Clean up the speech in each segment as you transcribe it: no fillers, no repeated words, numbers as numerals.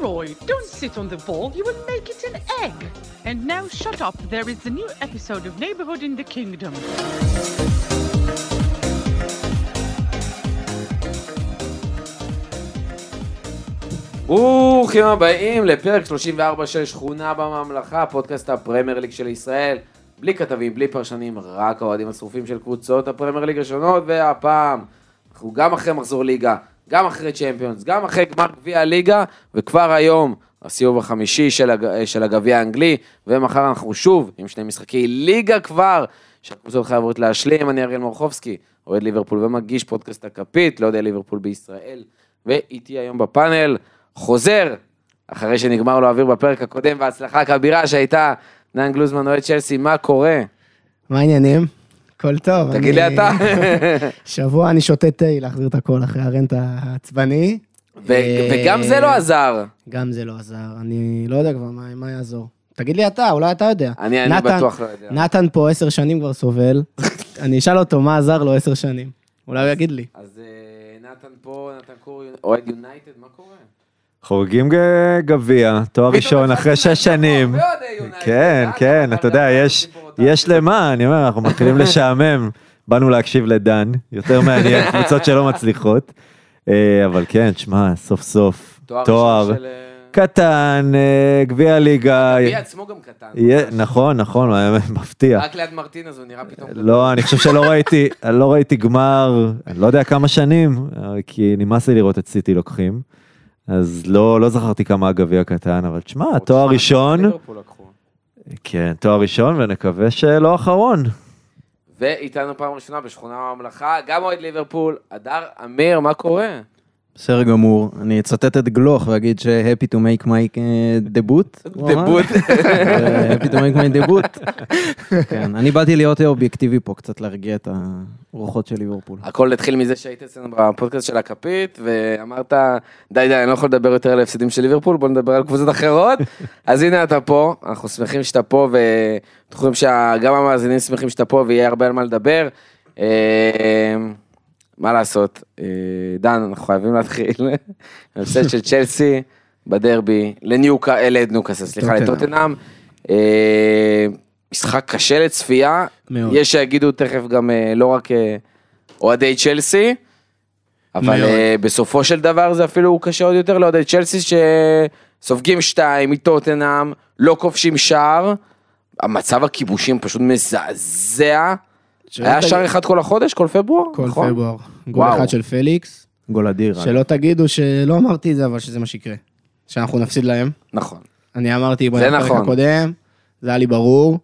Leroy, don't sit on the ball, you will make it an egg. And now shut up, there is a new episode of Neighborhood in the Kingdom. ברוכים הבאים לפרק 34 של שכונה בממלכה, פודקאסט הפרמייר ליג של ישראל, בלי כתבים, בלי פרשנים, רק האוהדים השרופים של קבוצות הפרמייר ליג השונות, והפעם אנחנו גם אחרי מחזור ליגה, גם אחרי צ'מפיונס, גם אחרי גמר גביע הליגה, וכבר היום הסיבוב החמישי של הגביע האנגלי, ומחר אנחנו שוב עם שני משחקי ליגה כבר, שהקבוצות חייבות להשלים. אני אריאל מורחובסקי, אוהד ליברפול ומגיש פודקאסט הכפית, לא יודע ליברפול בישראל, ואיתי היום בפאנל, חוזר, אחרי שנגמר לו אוויר בפרק הקודם, וההצלחה כבירה שהייתה דן גלוזמן, אוהד צ'לסי. מה קורה? מה העניינים? הכל טוב. תגיד לי אתה. שבוע אני שותה תה להחזיר את הכל אחרי הרנט העצבני. וגם זה לא עזר. גם זה לא עזר, אני לא יודע כבר מה יעזור. תגיד לי אתה, אולי אתה יודע. אני בטוח לא יודע. נתן פה 10 שנים כבר סובל, אני אשאל אותו מה עזר לו 10 שנים. אולי הוא יגיד לי. אז נתן פה, נתן קור, אוהד יונייטד, מה קורה? חוגגים גביע, תואר ראשון אחרי 6 שנים. כן, כן, אתה יודע, יש למה, אני אומר, אנחנו מתחילים לשעמם, באנו להקשיב לדן, יותר מעניין, קבוצות שלא מצליחות, אבל כן, תשמע, סוף סוף, תואר קטן, גביע ליגה. הגביע עצמו גם קטן. נכון, נכון, מפתיע. רק ליד מרטינז הוא נראה פתאום. לא, אני חושב שלא ראיתי גמר, אני לא יודע כמה שנים, כי נמאס לי לראות את סיטי לוקחים. אז לא זכרתי כמה הגביע קטן, אבל תשמע, תואר ראשון, כן, תואר ראשון, ונקווה שלא אחרון. ואיתנו פעם ראשונה בשכונה בממלכה, גם אוהד ליברפול, אדר אמיר, מה קורה? בסדר גמור, אני אצטט את גלוך ואגיד ש-happy to make my debut. דבוט. happy to make my debut. כן, אני באתי להיות אובייקטיבי פה, קצת להרגיע את הרוחות של ליברפול. הכל התחיל מזה שהיית אצלנו בפודקאסט של הכפית, ואמרת, די, אני לא יכול לדבר יותר על ההפסדים של ליברפול, בוא נדבר על קבוצות אחרות. אז הנה אתה פה, אנחנו שמחים שאתה פה, ותוכלים שגם המאזינים שמחים שאתה פה, ויהיה הרבה על מה לדבר. מה לעשות, דן, אנחנו חייבים להתחיל, הפסד של צ'לסי בדרבי, לטוטנהאם, משחק קשה לצפייה, יש שיגידו תכף גם לא רק אוהדי צ'לסי, אבל בסופו של דבר זה אפילו קשה עוד יותר לאוהדי צ'לסי, שסופגים 2 מטוטנהאם, לא כובשים שער, המצב הכיבושים פשוט מזעזע, היה שער אחד כל החודש, כל פברואר? כל פברואר. גול אחד של פליקס. גול אדיר. שלא תגידו שלא אמרתי את זה, אבל שזה מה שיקרה. שאנחנו נפסיד להם. נכון. אני אמרתי בפרק הקודם, זה היה לי ברור.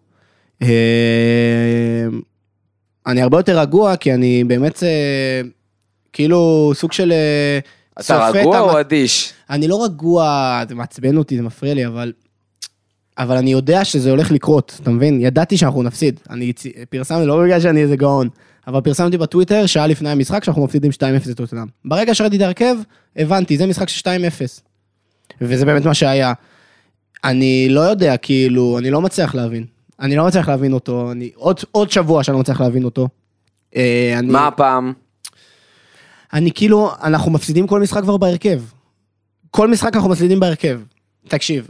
אני הרבה יותר רגוע, כי אני באמת, כאילו, סוג של אתה רגוע או אדיש? אני לא רגוע, זה מעצבן אותי, זה מפריע לי, אבל אני יודע שזה הולך לקרות, אתה מבין? ידעתי שאנחנו נפסיד. אני פרסמתי, לא בגלל שאני איזה גאון, אבל פרסמתי בטוויטר שעה לפני המשחק שאנחנו מפסידים 2-0 לטוטנהאם. ברגע שראיתי את ההרכב, הבנתי, זה משחק של 2-0. וזה באמת מה שהיה. אני לא יודע, כאילו, אני לא מצליח להבין. אני לא מצליח להבין אותו. עוד שבוע שאני לא מצליח להבין אותו. מה הפעם? אני כאילו, אנחנו מפסידים כל משחק כבר בהרכב. כל משחק אנחנו מפסידים בהרכב. תקשיב.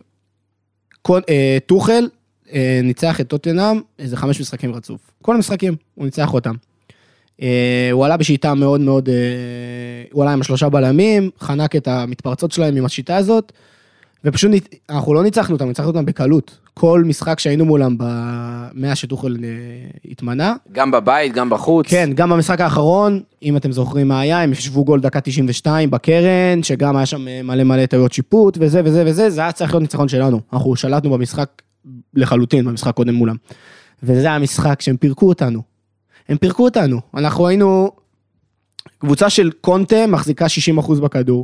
טוחל ניצח את טוטנהאם איזה 5 משחקים רצוף. כל המשחקים, הוא ניצח אותם. הוא עלה בשיטה מאוד מאוד, הוא עלה עם 3 בלמים, חנק את המתפרצות שלהם עם השיטה הזאת, ופשוט אנחנו לא ניצחנו אותם, ניצחנו אותם בקלות. כל משחק שהיינו מולם במאה שטוחל התמנה. גם בבית, גם בחוץ. כן, גם במשחק האחרון, אם אתם זוכרים מה היה, הם ישבו גול דקה 92 בקרן, שגם היה שם מלא טעויות שיפוט, וזה וזה וזה, זה היה צריך להיות ניצחון שלנו. אנחנו שלטנו במשחק לחלוטין, במשחק קודם מולם. וזה היה המשחק שהם פירקו אותנו. הם פירקו אותנו. אנחנו היינו קבוצה של קונטה, מחזיקה 60% בכדור.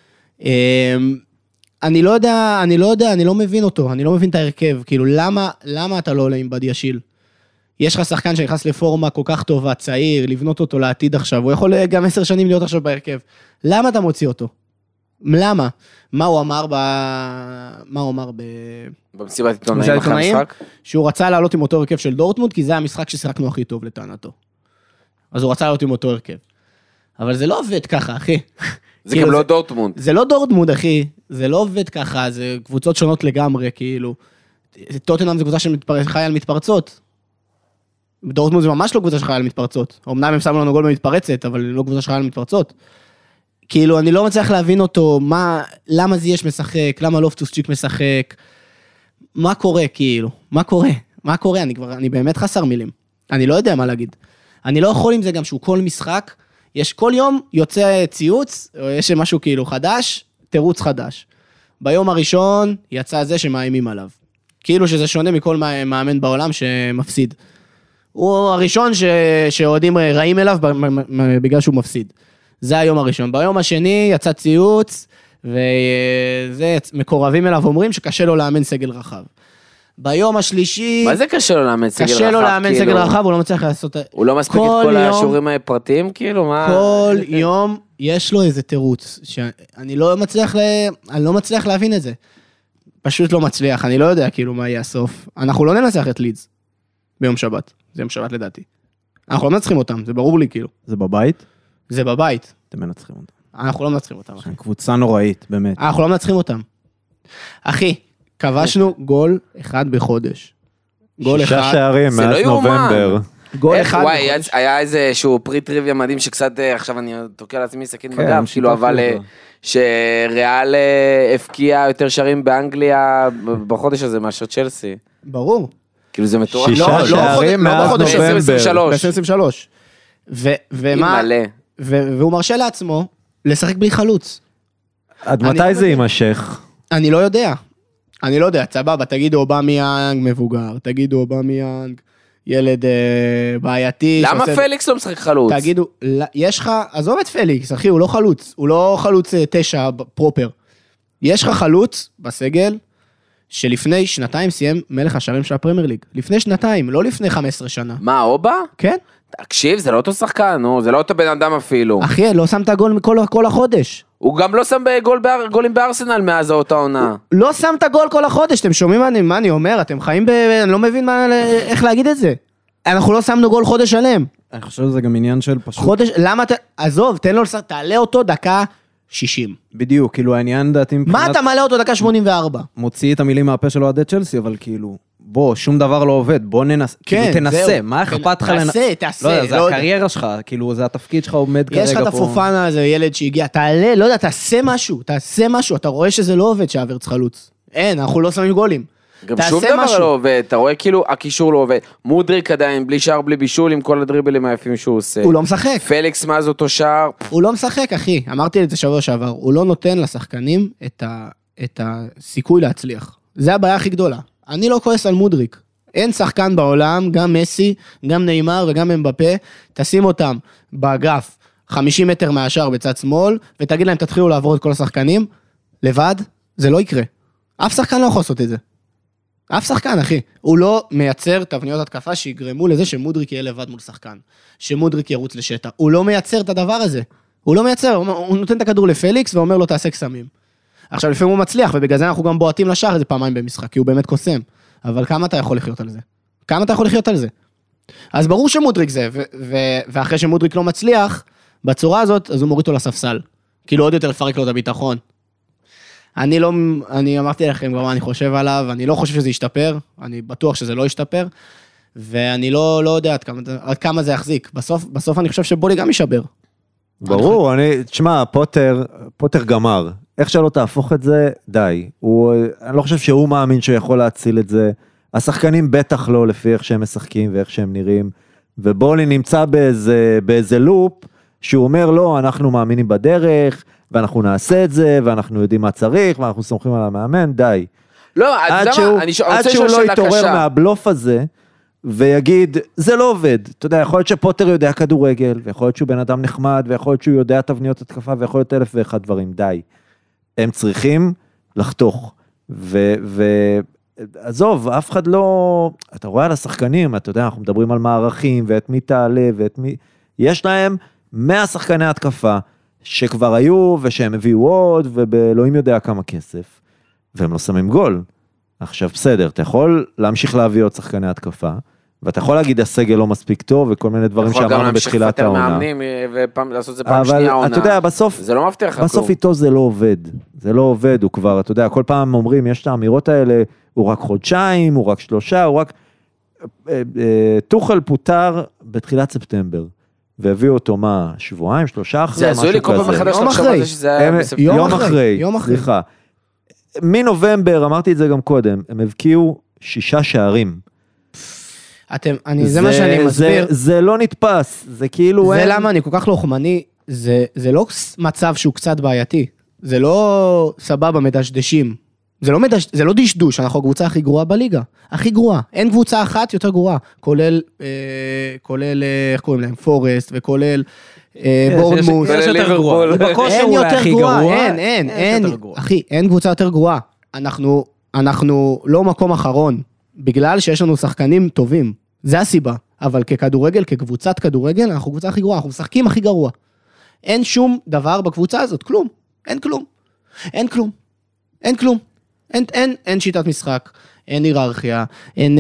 אני לא יודע, אני לא מבין אותו, אני לא מבין את ההרכב, כאילו, למה אתה לא עולה עם בדי ישיל? יש לך שחקן שנכנס לפורמה כל כך טובה, צעיר, לבנות אותו לעתיד עכשיו, הוא יכול גם 10 שנים להיות עכשיו בהרכב. למה אתה מוציא אותו? למה? מה הוא אמר במסיבת עיתונאים אחרי המשחק? שהוא רצה לעלות עם אותו הרכב של דורטמונד, כי זה המשחק ששיחקנו הכי טוב לטענתו. אז הוא רצה לעלות עם אותו הרכב. אבל זה לא עובד ככה, אחי. זה גם לא דורטמונד. זה לא דורטמונד, אחי, זה לא עובד ככה, זה קבוצות שונות לגמרי, כאילו. טוטנהאם זה קבוצה שחיה על מתפרצות. דורטמונד זה ממש לא קבוצה שחיה על מתפרצות. אמנם הם שמו לנו גול במתפרצת, אבל לא קבוצה שחיה על מתפרצות. כאילו, אני לא מצליח להבין אותו, למה זייש משחק, למה לופטוס-צ'יק משחק, מה קורה, כאילו, מה קורה, אני באמת חסר מילים, אני לא יודע מה להגיד, אני לא יכול עם זה גם שהוא כל משחק, כל יום יוצא ציוץ, או יש משהו כאילו חדש, תירוץ חדש, ביום הראשון יצא זה שמאיימים עליו, כאילו שזה שונה מכל מאמן בעולם שמפסיד, הוא הראשון שאוהדים רעים אליו בגלל שהוא מפסיד, זה היום הראשון. ביום השני יצא ציוץ, וזה מקורבים אליו אומרים שקשה לו לאמן סגל רחב. ביום השלישי... מה זה קשה לו לאמן סגל רחב? קשה לו לאמן סגל רחב, הוא לא מצליח לעשות... הוא לא מספיק את כל השיעורים הפרטיים, כאילו, מה... כל יום יש לו איזה תירוץ, שאני לא מצליח להבין את זה. פשוט לא מצליח, אני לא יודע כאילו מה יהיה הסוף. אנחנו לא ננצח את לידס ביום שבת, זה יום שבת לדעתי. אנחנו לא מנצחים אותם, זה ברור לי כאילו. זה בבית? זה בבית. אתם מנצחים אותם. אנחנו לא מנצחים אותם, אחי. קבוצה נוראית, באמת. אנחנו לא מנצחים אותם. אחי, כבשנו גול אחד בחודש. גול אחד. 6 שערים מאז נובמבר. גול אחד וואי, היה איזשהו פרי טריוויה מדהים שקצת, עכשיו אני תוקע לעצמי סכין בגב, כאילו, אבל שריאל הפקיע יותר שערים באנגליה בחודש הזה מאשר צ'לסי. ברור. כאילו זה מטורף. 6 שערים מאז נובמבר. ב-2023. ומה? והוא מרשה לעצמו לשחק בלי חלוץ. עד מתי זה יימשך? אני לא יודע, סבבה, תגידו אובמיאנג מבוגר, תגידו אובמיאנג ילד בעייתי. למה פליקס לא משחק חלוץ? תגידו, יש לך, עזוב את פליקס, אחי, הוא לא חלוץ 9 פרופר. יש לך חלוץ בסגל, שלפני שנתיים סיים מלך השערים של הפרמייר ליג. לפני שנתיים, לא לפני 15 שנה. מה, אובה? כן. תקשיב, זה לא אותו שחקן, זה לא אותו בן אדם אפילו. אחי, לא שם את הגול כל החודש. הוא גם לא שם גולים בארסנל מאז אותה עונה. לא שם את הגול כל החודש, אתם שומעים מה אני אומר? אתם חיים אני לא מבין איך להגיד את זה. אנחנו לא שמנו גול חודש שלם. אני חושב שזה גם עניין של פשוט... חודש, למה עזוב, תן לו, תעלה אותו דקה 60. בדיוק, כאילו העניין דעתי מבחינת... מה אתה מעלה אותו דקה 84? מוציא את המילים מהפה שלו עד צ'לסי, אבל כאילו... בוא, שום דבר לא עובד, בוא ננסה, כאילו תנסה, מה אכפת לך לנסה? תעשה, לא, זה הקריירה שלך, כאילו זה התפקיד שלך עומד כרגע פה. יש לך את הפופנה הזה, ילד שהגיע, תעלה, לא יודע, תעשה משהו, אתה רואה שזה לא עובד שהאברץ חלוץ. אין, אנחנו לא שמים גולים. גם שום דבר לא עובד, אתה רואה כאילו הקישור לא עובד. מודריק עדיין, בלי שער, בלי בישול, עם כל הדריבלים היפים שהוא עושה. הוא לא משחק. פליקס מאז אותו שער. הוא לא משחק, אחי, אמרתי את זה שבוע שעבר, הוא לא נותן לשחקנים את הסיכוי להצליח. זה הבעיה הכי גדולה. אני לא כועס על מודריק. אין שחקן בעולם, גם מסי, גם ניימר וגם אמבפה, תשים אותם באגף 50 מטר מהשאר בצד שמאל, ותגיד להם תתחילו לעבור את כל השחקנים, לבד, זה לא יקרה. אף שחקן לא יכול לעשות את זה. אף שחקן, אחי. הוא לא מייצר תבניות התקפה שיגרמו לזה שמודריק יהיה לבד מול שחקן. שמודריק ירוץ לשטח. הוא לא מייצר את הדבר הזה. הוא לא מייצר, הוא נותן את הכדור לפליקס ואומר לו תעשה קסמים. עכשיו לפעמים הוא מצליח, ובגלל זה אנחנו גם בועטים לשער איזה פעמיים במשחק, כי הוא באמת קוסם. אבל כמה אתה יכול לחיות על זה? כמה אתה יכול לחיות על זה? אז ברור שמודריק זה, ואחרי שמודריק לא מצליח, בצורה הזאת, אז הוא מוריד אותו לספסל. כאילו עוד יותר לפרק לו את הביטחון. אני אמרתי לכם גם מה אני חושב עליו, אני לא חושב שזה ישתפר, אני בטוח שזה לא ישתפר, ואני לא יודע עד כמה זה יחזיק. בסוף אני חושב שבולי גם ישבר. ברור, תשמע, פוטר גמר. איך שלא תהפוך את זה, די. אני לא חושב שהוא מאמין שהוא יכול להציל את זה. השחקנים בטח לא לפי איך שהם משחקים ואיך שהם נראים. ובולי נמצא באיזה לופ, שהוא אומר לא, אנחנו מאמינים בדרך, ואנחנו נעשה את זה, ואנחנו יודעים מה צריך, ואנחנו סומכים על המאמן, די. לא, עד שהוא לא יתעורר מהבלוף הזה, ויגיד, זה לא עובד. אתה יודע, יכול להיות שפוטר יודע כדורגל, ויכול להיות שהוא בן אדם נחמד, ויכול להיות שהוא יודע תבניות התקפה, ויכול להיות 1001 דברים, די. הם צריכים לחתוך. עזוב, אף אחד לא... אתה רואה על השחקנים, אתה יודע, אנחנו מדברים על מערכים, ואת מי תעלה, ואת מי... יש להם 100 שחקני התקפה, שכבר היו, ושהם הביאו עוד, ובאלוהים יודע כמה כסף, והם לא שמים גול. עכשיו בסדר, אתה יכול להמשיך להביא עוד שחקני התקפה, ואתה יכול להגיד הסגל לא מספיק טוב, וכל מיני דברים שאמרנו בתחילת העונה. יכול גם להמשיך לפטר מאמנים, ופעם לעשות את זה פעם שנייה עונה. אבל אתה יודע, בסוף, זה לא מבטיח לך בסוף איתו זה לא עובד. זה לא עובד, הוא כבר, אתה יודע, כל פעם אומרים, יש את האמירות האלה, הוא רק חודשיים, הוא רק 3, הוא רק... טוחל פוטר בתחילת ספטמבר, והביאו אותו מה, 2, 3 אחרי, זה עזוי לי כל פעם מחדש לחשוב על זה שזה היה בספטמבר. יום אחרי, סליחה. מנובמבר, אמרתי את זה גם קודם, הם הבקיעו 6 שערים. זה מה שאני מסביר. זה לא נתפס, זה כאילו... זה למה אני כל כך לוחמני, זה לא מצב שהוא קצת בעייתי, זה לא סבבה מדשדשים, זה לא דשדוש, אנחנו הקבוצה הכי גרועה בליגה, הכי גרועה, אין קבוצה אחת יותר גרועה, כולל, איך קוראים להם, פורסט, וכולל בורנמוס, יש יותר גרוע, אין יותר גרוע, אין, אחי, אין קבוצה יותר גרועה, אנחנו לא מקום אחרון, בגלל שיש לנו שחקנים טובים, זה הסיבה, אבל ככדורגל, כקבוצת כדורגל, אנחנו קבוצה הכי גרועה, אנחנו משחקים הכי גרוע, אין שום דבר בקבוצה הזאת, כלום, אין כלום, אין כלום, אין כלום. אין שיטת משחק, אין היררכיה, אין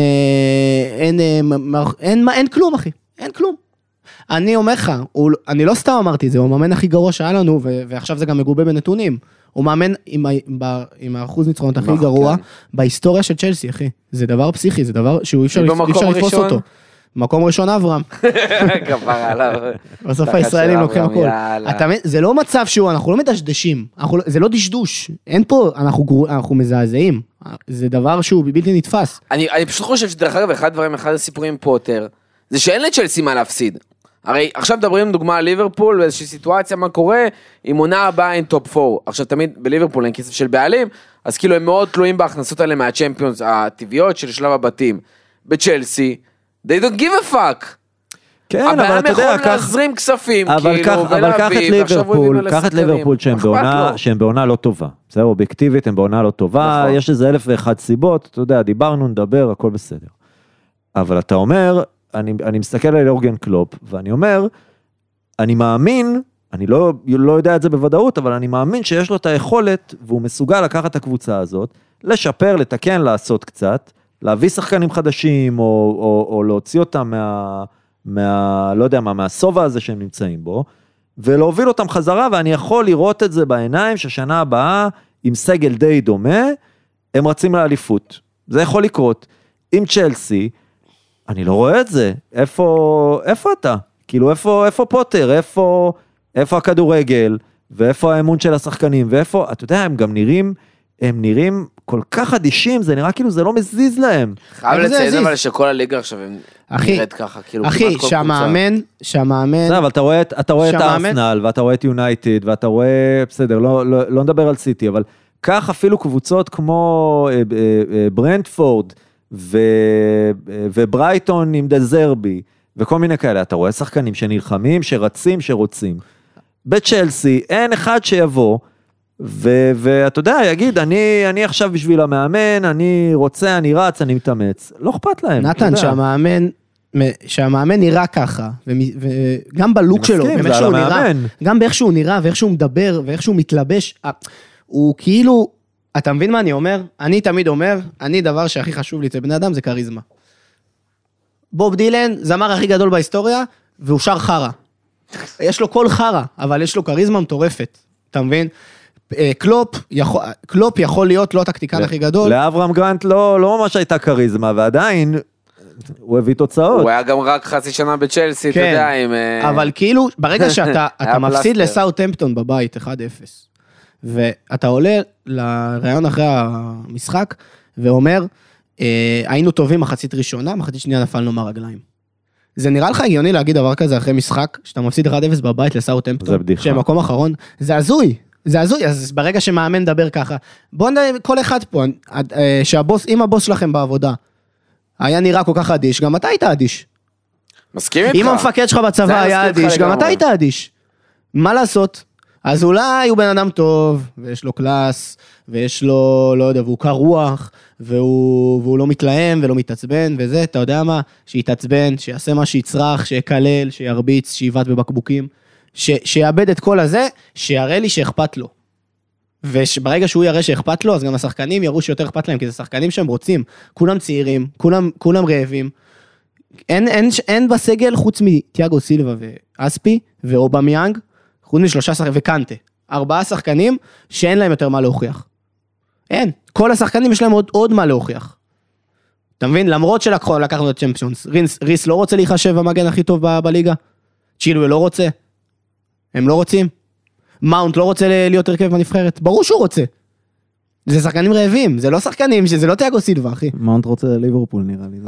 כלום, אחי, אין כלום. אני אומר לך, אני לא סתם אמרתי זה, הוא המאמן הכי גרוע שהיה לנו, ועכשיו זה גם מגובה בנתונים. הוא מאמן עם האחוז ניצחונות הכי גרוע, בהיסטוריה של צ'לסי, אחי. זה דבר פסיכי, זה דבר שהוא אי אפשר לתפוס אותו. מקום ראשון אברהם. כבר עליו. בסוף הישראלים לוקחים הכל. זה לא מצב שהוא, אנחנו לא מדשדשים, זה לא דשדוש, אין פה, אנחנו מזעזעים, זה דבר שהוא בלתי נתפס. אני פשוט חושב שדרך אגב, אחד הסיפורים עם פוטר, זה שאין לצ'לסי מה להפסיד. הרי עכשיו מדברים דוגמה על ליברפול, באיזושהי סיטואציה, מה קורה, עם עונה הבאה אין טופ 4. עכשיו תמיד בליברפול אין כסף של בעלים, אז כאילו הם מאוד תלויים בהכנסות האלה מהצ'מפיונס הטבעיות של שלב הבתים. בצ'לסי, they don't give a fuck. כן, אבל אתה יודע, הבעלים יכול להזרים כספים, אבל קח את ליברפול שהם בעונה לא טובה. בסדר, אובייקטיבית הם בעונה לא טובה, יש איזה 1,001 סיבות, אתה יודע, דיברנו, נדבר, הכל בסדר. אבל אתה אומר, אני מסתכל על יורגן קלופ, ואני אומר, אני מאמין, אני לא יודע את זה בוודאות, אבל אני מאמין שיש לו את היכולת, והוא מסוגל לקחת את הקבוצה הזאת, לשפר, לתקן, לעשות קצת, להביא שחקנים חדשים, או להוציא אותם לא יודע מה, מהסובה הזה שהם נמצאים בו, ולהוביל אותם חזרה, ואני יכול לראות את זה בעיניים, ששנה הבאה, עם סגל די דומה, הם רצים לאליפות. זה יכול לקרות. עם צ'לסי, אני לא רואה את זה. איפה אתה? כאילו, איפה פוטר? איפה הכדורגל? ואיפה האמון של השחקנים? ואיפה, אתה יודע, הם גם נראים כל כך אדישים, זה נראה כאילו זה לא מזיז להם. חייב לציין אבל שכל הליגה עכשיו נראית ככה, כאילו כמעט כל קבוצה. אחי, שהמאמן... אבל אתה רואה את ארסנל, ואתה רואה את יונייטד, ואתה רואה, בסדר, לא נדבר על סיטי, אבל כך אפילו קבוצות כמו ברנטפורד, וברייטון עם דזרבי, וכל מיני כאלה, אתה רואה שחקנים שנלחמים, שרצים, שרוצים. בצ'לסי אין אחד שיבוא, ואתה יודע, יגיד, אני עכשיו בשביל המאמן, אני רוצה, אני רץ, אני מתאמץ. לא אכפת להם. נתן, שהמאמן נראה ככה, וגם בלוק שלו, גם באיך שהוא נראה, ואיך שהוא מדבר, ואיך שהוא מתלבש, הוא כאילו, אתה מבין מה אני אומר? אני תמיד אומר, דבר שהכי חשוב לי אצל בני אדם זה קריזמה. בוב דילן, זמר הכי גדול בהיסטוריה, והוא שר חרה. יש לו כל חרה, אבל יש לו קריזמה מטורפת. אתה מבין? קלופ יכול להיות לא הטקטיקן הכי גדול. לאברהם גרנט לא ממש הייתה קריזמה, ועדיין הוא הביא תוצאות. הוא היה גם רק חצי שנה בצ'לסי, אתה יודע, אבל כאילו, ברגע שאתה מפסיד לסאות'המפטון בבית 1-0, ואתה עולה לרעיון אחרי המשחק, ואומר, היינו טובים מחצית ראשונה, מחצית שנייה נפלנו מהרגליים. זה נראה לך הגיוני להגיד דבר כזה אחרי משחק, שאתה מפסיד 1-0 בבית לסאות'המפטון, שהם מקום אחרון, זה הזוי. זה הזוי, אז ברגע שמאמן דבר ככה, בואו נדבר כל אחד פה, אם הבוס שלכם בעבודה, היה נראה כל כך אדיש, גם אתה היית אדיש. מסכים איתך. אם המפקד שלך בצבא היה אדיש, גם אתה היית אדיש. מה לעשות? אז אולי הוא בן אדם טוב, ויש לו קלאס, ויש לו, לא יודע, והוא קר רוח, והוא לא מתלהם ולא מתעצבן, וזה, אתה יודע מה? שיתעצבן, שיעשה מה שיצרח, שיקלל, שירביץ, שיבט בבקבוקים. שיאבד את כל הזה, שיראה לי שאכפת לו. וברגע שהוא יראה שאכפת לו, אז גם השחקנים יראו שיותר אכפת להם, כי זה שחקנים שהם רוצים, כולם צעירים, כולם רעבים, אין בסגל חוץ מתיאגו סילבה ואספי ואובמיאנג, חוץ משלושה שחקנים וקנטה. 4 שחקנים שאין להם יותר מה להוכיח. אין. כל השחקנים יש להם עוד מה להוכיח. אתה מבין? למרות שלקחנו את צ'מפיונס, ריס לא רוצה להיחשב המגן הכי טוב בליגה. צ'ילואל לא רוצה. הם לא רוצים. מאונט לא רוצה להיות הרכב בנבחרת. ברור שהוא רוצה. זה שחקנים רעבים, זה לא שחקנים, זה לא תיאגו סילבה, אחי. מאונט רוצה ליברפול נראה לי.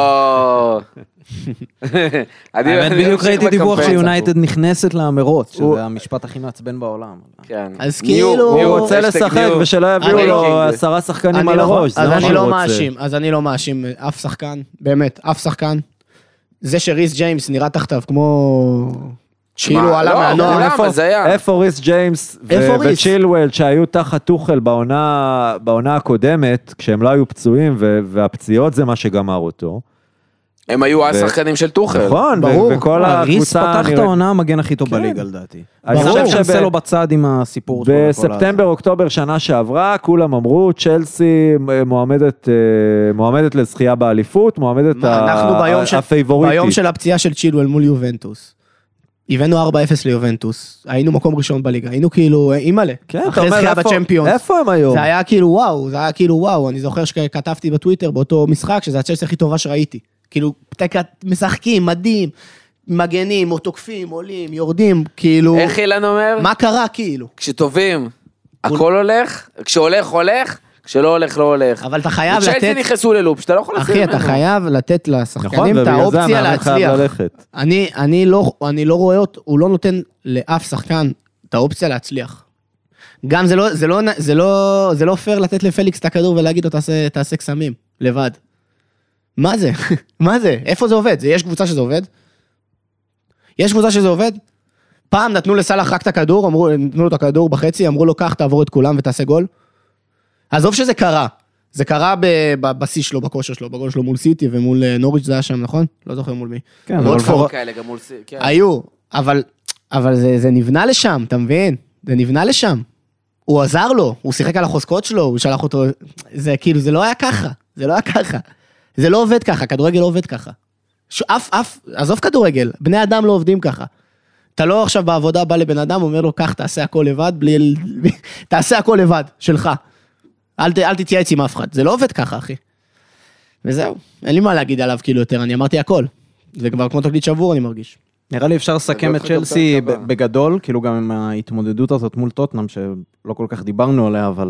האמת, בדיוק ראיתי דיווח שיונייטד נכנסת למרוץ, שזה המשפט הכי מעצבן בעולם. אז כאילו... הוא רוצה לשחק ושלא יביאו לו 10 שחקנים על הראש, זה מה שהוא רוצה. אז אני לא מאשים אף שחקן, באמת, אף שחקן. זה שריס ג'יימס נראה תחתיו כמו... כאילו עלה מהנוער. איפה ריס ג'יימס וצ'ילואל שהיו תחת טוחל בעונה הקודמת, כשהם לא היו פצועים, והפציעות זה מה שגמר אותו. הם היו השחקנים של טוחל. נכון, וכל הקבוצה... ריס פתח את העונה המגן הכי טוב בליגה, לדעתי. אני חושב שעשה לו בצד עם הסיפור שלו. בספטמבר, אוקטובר שנה שעברה, כולם אמרו, צ'לסי מועמדת לזכייה באליפות, מועמדת הפייבוריטית. ביום של הפציעה של צ'ילואל מול יובנטוס. הבאנו 4-0 ליובנטוס, היינו מקום ראשון בליגה, היינו כאילו אימאלה, אחרי זכייה בצ'מפיונס. איפה הם היום? זה היה כאילו וואו, אני זוכר שכתבתי בטוויטר באותו משחק, שזה הצ'לסי הכי טובה שראיתי. כאילו, משחקים, מדהים, מגנים, או תוקפים, עולים, יורדים, כאילו... איך אילן אומר? מה קרה כאילו? כשטובים, הכל הולך, כשהולך, הולך, כשלא הולך, לא הולך. אבל אתה חייב לתת... וצ'לסי נכנסו ללופ, שאתה לא יכול אחי, אתה חייב לתת לשחקנים את האופציה להצליח. אני לא רואה אותו, הוא לא נותן לאף שחקן את האופציה להצליח. גם זה לא פייר לתת לפליקס את הכדור ולהגיד לו תעשה קסמים, לבד. מה זה? מה זה? איפה זה עובד? יש קבוצה שזה עובד? יש קבוצה שזה עובד? פעם נתנו לסלח רק את הכדור, נתנו לו את הכדור בחצי, אמרו לו קח תעבור את כולם ותעשה גול. עזוב שזה קרה. זה קרה בבסיס שלו, בכושר שלו, בגול שלו מול סיטי ומול נוריץ' זה היה שם, נכון? לא זוכר מול מי. כן, אבל פורק כאלה גם מול סיטי. היו, אבל זה נבנה לשם, אתה מבין? זה נבנה לשם. הוא עזר לו, הוא שיחק על החוזקות שלו, הוא שלח אותו, זה כאילו, זה לא היה ככה. זה לא היה ככה. זה לא עובד ככה, כדורגל לא עובד ככה. עזוב כדורגל, בני אדם לא עובדים ככה. אתה לא עכשיו בעבודה בא לבן אדם, אומר לו, כך תעשה הכל לבד, תעשה הכל לבד, שלך. אל תתייעץ עם אף אחד, זה לא עובד ככה, אחי. וזהו, אין לי מה להגיד עליו כאילו יותר, אני אמרתי הכל. זה כבר כמו תקליט שבור, אני מרגיש. נראה לי אפשר לסכם את צ'לסי בגדול, כאילו גם עם ההתמודדות הזאת מול טוטנהאם, שלא כל כך דיברנו עליה, אבל...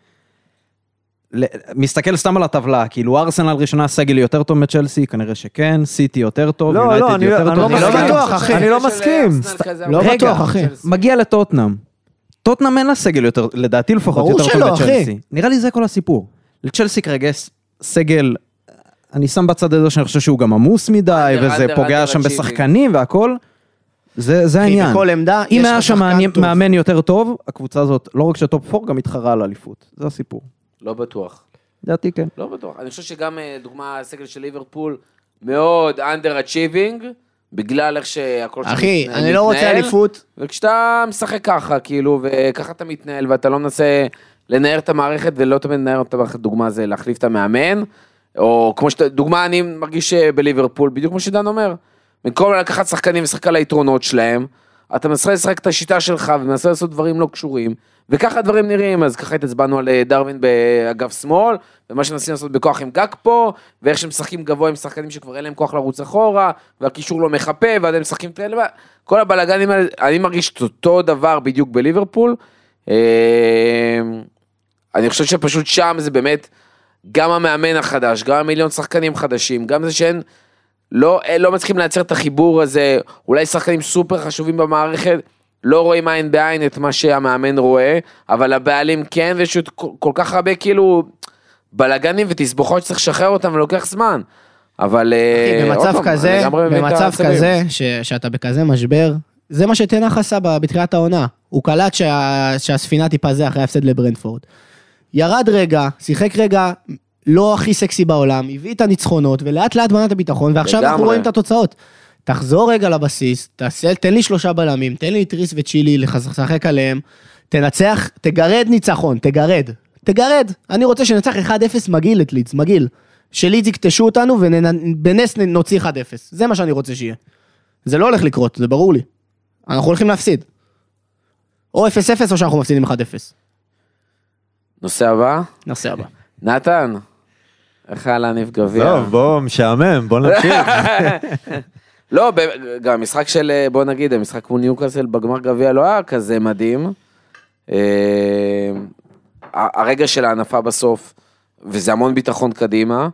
מסתכל סתם על הטבלה, כאילו ארסנל ראשונה סגל יותר טוב מצ'לסי, כנראה שכן, סיטי יותר טוב, יונייטד יותר טוב. אני לא בטוח, אחי. אני לא מסכים. לא בטוח, אחי. מגיע לטוטנהאם. טוטנהאם אין לה סגל יותר, לדעתי לפחות יותר טוב מצ'לסי. נראה לי זה כל הסיפור. לצ'לסי כרגע סגל, אני שם בצד הזה שאני חושב שהוא גם עמוס מדי, וזה פוגע שם בשחקנים והכל. זה העניין. בכל עמדה, אם היה שם מאמן יותר טוב, הקבוצה הזאת, לא רק שטופ 4, גם מתחרה על אליפות. זה הסיפור. לא בטוח. דעתי כן. לא בטוח. אני חושב שגם דוגמה הסגל של ליברפול מאוד under-achieving, בגלל איך שהכל שם מתנהל. אחי, אני לא רוצה אליפות. וכשאתה משחק ככה, כאילו, וככה אתה מתנהל, ואתה לא מנסה לנער את המערכת, ולא תמיד לנער את המערכת, דוגמה זה להחליף את המאמן, או כמו דוגמה אני מרגיש בליברפול, בדיוק כמו שדן אומר, במקום לקחת שחקנים ושחק על היתרונות שלהם, אתה מנסה לשחק את השיטה שלך, ומנסה לעשות דברים לא קשורים, וככה הדברים נראים, אז ככה התעצבנו על דרווין באגף שמאל, ומה שנסים לעשות בכוח עם גג פה, ואיך שהם משחקים גבוה עם שחקנים שכבר אין להם כוח לרוץ אחורה, והקישור לא מחפה, ועד הם משחקים כאלה, כל הבלגנים האלה, אני מרגיש את אותו דבר בדיוק בליברפול, אני חושב שפשוט שם זה באמת, גם המאמן החדש, גם המיליון שחקנים חדשים, גם זה שאין, לא מצליחים לייצר את החיבור הזה, אולי שחקנים סופר חשובים במערכת, לא רואים עין בעין את מה שהמאמן רואה, אבל הבעלים כן, ויש כל כך הרבה כאילו בלגנים ותסבוכות שצריך לשחרר אותם ולוקח זמן. אבל במצב כזה, שאתה בכזה משבר, זה מה שתנח עשה בתחילת העונה. הוא קלט שהספינה תיפזה אחרי ההפסד לברנדפורד. ירד רגע, שיחק רגע, לא הכי סקסי בעולם, הביא את הניצחונות, ולאט לאט בנה את הביטחון, ועכשיו אנחנו רואים את התוצאות. תחזור רגע לבסיס, תן לי 3 בלמים, תן לי את ריס וצ'ילי לשחק עליהם, תנצח, תגרד ניצחון, תגרד. אני רוצה שנצח 1-0 מגיל את לידס, מגיל. שלידס יקטשו אותנו ובנס נוציא 1-0. זה מה שאני רוצה שיהיה. זה לא הולך לקרות, זה ברור לי. אנחנו הולכים להפסיד. או 0-0 או שאנחנו מפסידים 1-0. נושא הבא? נושא הבא. נתן, איך היה להניף גביע? טוב, בוא, משעמם, בוא נמשיך. לא, גם המשחק של, בוא נגיד, המשחק מול ניוקאסל בגמר גביע לא היה כזה מדהים. הרגע של הענפה בסוף, וזה המון ביטחון קדימה,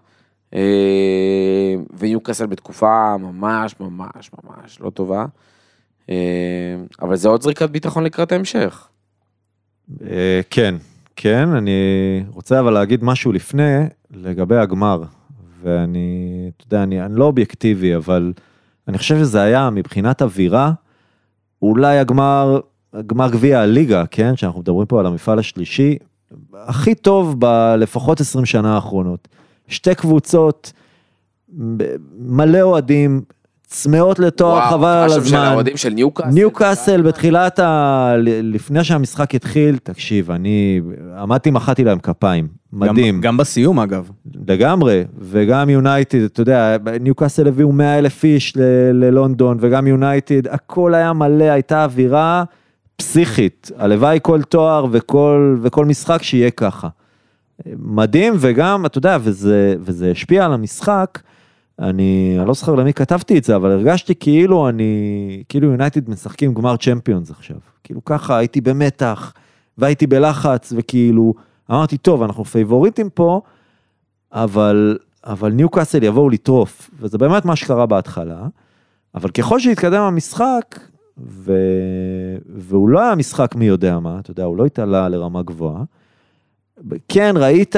וניוקאסל בתקופה ממש ממש ממש לא טובה, אבל זה עוד זריקת ביטחון לקראת ההמשך. כן, כן, אני רוצה אבל להגיד משהו לפני, לגבי הגמר, ואני, אתה יודע, אני לא אובייקטיבי, אבל אני חושב שזה היה מבחינת אווירה, אולי הגמר גביע הליגה, כן, שאנחנו מדברים פה על המפעל השלישי, הכי טוב בלפחות 20 שנה האחרונות. שתי קבוצות, מלא אוהדים, צמאות לתואר, חבל על הזמן. של האוהדים של ניוקאסל. ניוקאסל בתחילת, לפני שהמשחק התחיל, תקשיב, אני עמדתי, מחאתי להם כפיים, מדהים. גם בסיום אגב. לגמרי, וגם יונייטד, אתה יודע, ניוקאסל הביאו 100,000 איש ללונדון, וגם יונייטד, הכל היה מלא, הייתה אווירה פסיכית, הלוואי כל תואר וכל משחק שיהיה ככה. מדהים, וגם, אתה יודע, וזה השפיע על המשחק, אני לא זוכר למי כתבתי את זה, אבל הרגשתי כאילו יונייטד משחקים גמר צ'מפיונס עכשיו. כאילו ככה, הייתי במתח, והייתי בלחץ, וכאילו, אמרתי, טוב, אנחנו פייבוריטים פה, אבל ניוקאסל יבואו לטרוף, וזה באמת מה שקרה בהתחלה, אבל ככל שהתקדם המשחק, והוא לא היה משחק מי יודע מה, אתה יודע, הוא לא התעלה לרמה גבוהה, כן, ראית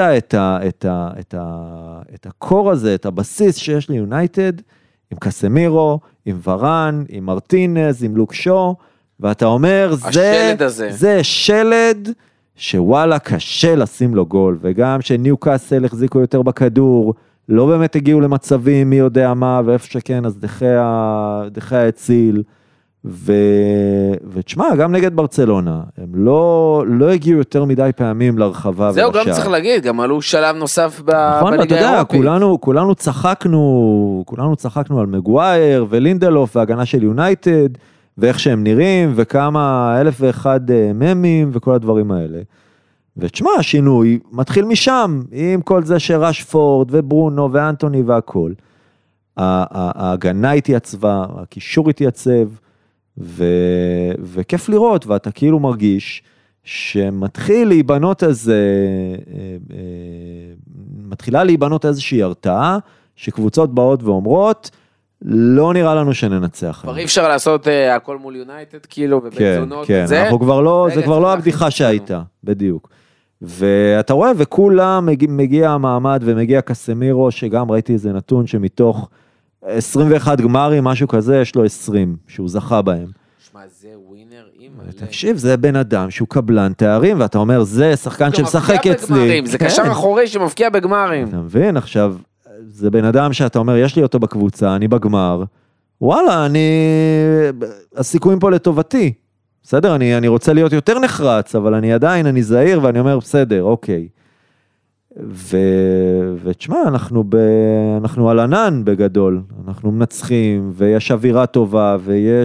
את הקור הזה, את הבסיס שיש ליונייטד, עם קסמירו, עם ורן, עם מרטינז, עם לוק שו, ואתה אומר, זה שלד שוואלה קשה לשים לו גול, וגם שניוקאסל החזיקו יותר בכדור, לא באמת הגיעו למצבים מי יודע מה, ואיפה שכן, אז דחיה הציל, ותשמע, גם נגד ברצלונה, הם לא הגיעו יותר מדי פעמים לרחבה. זהו, גם צריך להגיד, גם עלו שלב נוסף בליגה האירופית. כולנו צחקנו על מגווייר ולינדלוף והגנה של יונייטד, ואיך שהם נראים, וכמה 1,001 ממים וכל הדברים האלה. ותשמע, השינוי מתחיל משם, עם כל זה שרשפורד וברונו ואנטוני והכל. ההגנה התייצבה, הקישור התייצב, וכיף לראות, ואתה כאילו מרגיש שמתחיל להיבנות איזושהי הרתעה, שקבוצות באות ואומרות, לא נראה לנו שננצח. כבר אי אפשר לעשות הכל מול יונייטד, כאילו, ובתזונות, כן, זה כבר לא הבדיחה שהייתה, בדיוק. ואתה רואה, וכולם מגיע המעמד, ומגיע קסמירו, שגם ראיתי איזה נתון שמתוך 21 גמרים, משהו כזה, יש לו 20, שהוא זכה בהם. שמע, זה ווינר אימא. תקשיב, זה בן אדם שהוא קבלן תארים, ואתה אומר, זה שחקן שמשחק אצלי. זה קשר אחורי שמפקיע בגמרים. אתה מבין, עכשיו, זה בן אדם שאתה אומר, יש לי אותו בקבוצה, אני בגמר, וואלה, הסיכויים פה לטובתי. בסדר, אני רוצה להיות יותר נחרץ, אבל אני זהיר, ואני אומר, בסדר, אוקיי. ותשמע, אנחנו על ענן בגדול, אנחנו מנצחים, ויש אווירה טובה,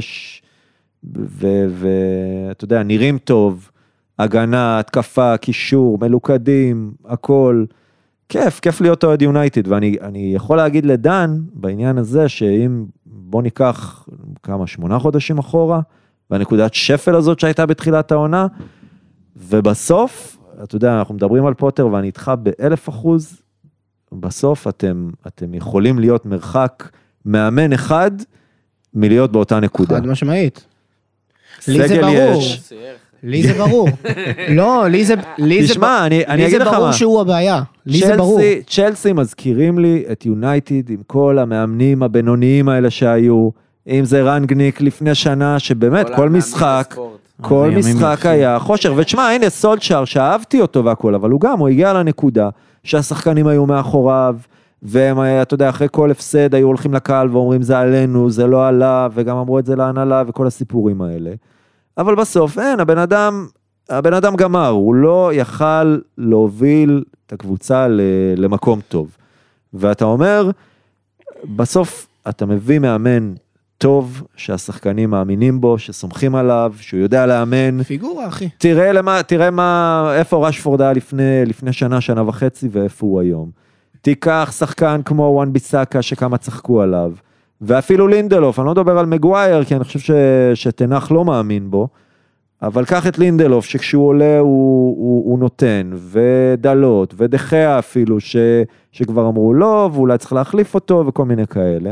ואתה יודע, נראים טוב, הגנה, התקפה, קישור, מלוכדים, הכל, כיף להיות אוהד יונייטד, ואני יכול להגיד לדן, בעניין הזה, שאם בוא ניקח 8 חודשים אחורה, והנקודת שפל הזאת שהייתה בתחילת העונה, ובסוף, אתה יודע, אנחנו מדברים על פוטר, ואני איתך ב1,000%, בסוף אתם יכולים להיות מרחק מאמן אחד, מלהיות באותה נקודה. חד משמעית. לי זה ברור. לי זה ברור. לא, לי זה ברור שהוא הבעיה. לי זה ברור. צ'לסי מזכירים לי את יונייטד, עם כל המאמנים הבינוניים האלה שהיו, אם זה רנגניק לפני שנה, שבאמת כל משחק היה חושר, ותשמע, הנה סולצ'אר, שאהבתי אותו והכל, אבל הוא הגיע לנקודה, שהשחקנים היו מאחוריו, והם, אתה יודע, אחרי כל הפסד, היו הולכים לקהל, ואומרים, זה עלינו, זה לא עלה, וגם אמרו את זה להנהלה, וכל הסיפורים האלה. אבל בסוף, הבן אדם גמר, הוא לא יכל להוביל את הקבוצה למקום טוב. ואתה אומר, בסוף אתה מביא מאמן טוב, שהשחקנים מאמינים בו, שסומכים עליו, שהוא יודע לאמן. פיגורה, אחי. תראה איפה רשפורד היה לפני שנה וחצי, ואיפה הוא היום. תיקח שחקן כמו וואן ביסאקה, שכמה צחקו עליו, ואפילו לינדלוף, אני לא מדבר על מגווייר, כי אני חושב שתנח לא מאמין בו, אבל קח את לינדלוף, שכשהוא עולה הוא נותן, ודלות, ודחיה אפילו, שכבר אמרו לא, ואולי צריך להחליף אותו, וכל מיני כאלה.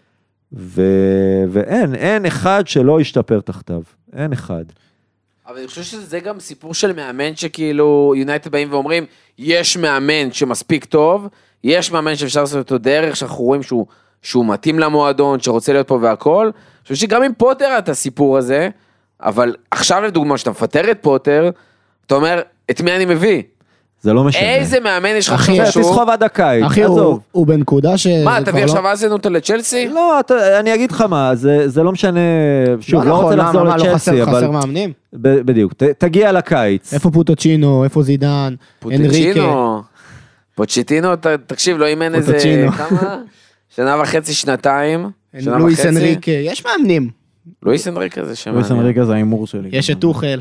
ואין אחד שלא ישתפר תחתיו, אין אחד. אבל אני חושב שזה גם סיפור של מאמן שכאילו יונייטד באים ואומרים, יש מאמן שמספיק טוב, יש מאמן שאפשר לעשות אותו דרך, שאנחנו רואים שהוא מתאים למועדון, שרוצה להיות פה והכל. אני חושב שגם עם פוטר את הסיפור הזה, אבל עכשיו לדוגמה שאתה מפטר את פוטר, אתה אומר, את מי אני מביא? זה לא משנה. איזה מאמן יש לך חשוב? תסחוב עד הקיץ. אחי, הוא בנקודה ש... מה, תביא עכשיו אזן אותו לצ'לסי? לא, אני אגיד לך מה, זה לא משנה, שוב, לא רוצה לחזור לצ'לסי, אבל... חסר מאמנים? בדיוק, תגיע לקיץ. איפה פוטוצ'ינו, איפה זידן, אנריקה. פוצ'טינו, תקשיב, לא אימן איזה... כמה? שנה וחצי, שנתיים. לואיס אנריקה, יש מאמנים. לואיס אנריקה זה שם. לואיס אנריקה זה האימור שלי. יש את טוחל.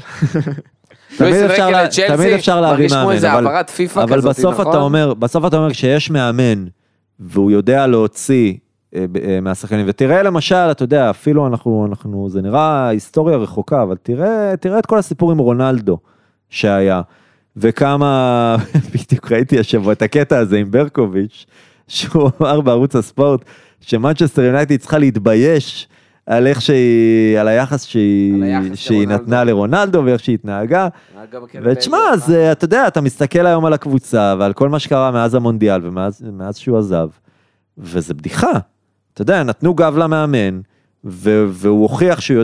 תמיד אפשר להביא מאמן, אבל בסוף אתה אומר שיש מאמן, והוא יודע להוציא מהשחקנים, ותראה למשל, אתה יודע, אפילו זה נראה היסטוריה רחוקה, אבל תראה את כל הסיפור עם רונלדו שהיה, וכמה, בדיוק ראיתי השבוע את הקטע הזה עם ברקוביץ', שהוא אמר בערוץ הספורט, שמנצ'סטר יונייטד צריכה להתבייש, על היחס שהיא נתנה לרונלדו, ואיך שהיא התנהגה, ותשמע, אז אתה יודע, אתה מסתכל היום על הקבוצה, ועל כל מה שקרה מאז המונדיאל, ומאז שהוא עזב, וזה בדיחה, אתה יודע, נתנו גב למאמן, והוא הוכיח שהוא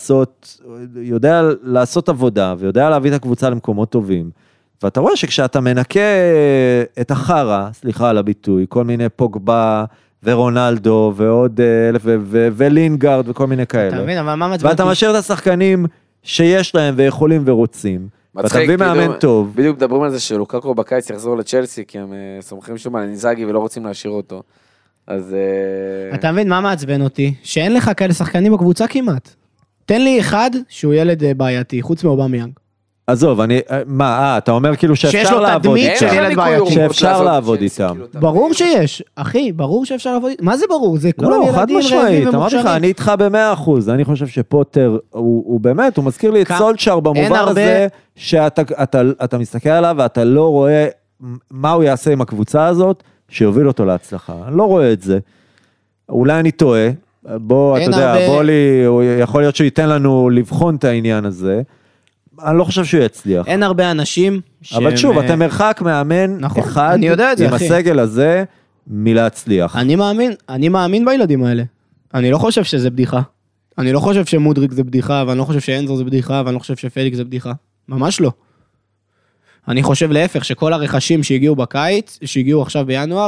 יודע לעשות עבודה, ויודע להביא את הקבוצה למקומות טובים, ואתה רואה שכשאתה מנקה את החרה, סליחה על הביטוי, כל מיני פוגבה, ורונלדו, ועוד ולינגארד, וכל מיני כאלה. אתה מבין, אבל מה מצביע? ואתה משאיר את השחקנים שיש להם, ויכולים ורוצים. ואתה מביא מאמן טוב. בדיוק מדברים על זה שלוקאקו בקיץ יחזור לצ'לסי, כי הם סומכים שום על אינזאגי, ולא רוצים להשאיר אותו. אז... אתה מבין, מה מעצבן אותי? שאין לך כאלה שחקנים בקבוצה כמעט. תן לי אחד שהוא ילד בעייתי, חוץ מאובמיאנג. עזוב, אתה אומר כאילו שאפשר לעבוד איתם. שאפשר לעבוד איתם. ברור שיש, אחי, ברור שאפשר לעבוד איתם. מה זה ברור? זה כולם ילדים רעבים ומוכשרים. אני איתך ב100%, אני חושב שפוטר, הוא באמת, הוא מזכיר לי את סולצ'ר במובן הזה, שאתה מסתכל עליו ואתה לא רואה מה הוא יעשה עם הקבוצה הזאת, שיוביל אותו להצלחה. אני לא רואה את זה. אולי אני טועה, בוא, אתה יודע, יכול להיות שהוא ייתן לנו לבחון את העניין הזה, אני לא חושב שהוא יצליח. אין הרבה אנשים אבל שוב, אתם מרחק מאמן אחד עם הסגל הזה מלהצליח. אני מאמין בילדים האלה. אני לא חושב שזה בדיחה. אני לא חושב שמודריק זה בדיחה, ואני לא חושב שאנזר זה בדיחה, ואני לא חושב שפליק זה בדיחה. ממש לא. אני חושב להפך, שכל הרכשים שהגיעו בקיץ, שהגיעו עכשיו בינואר,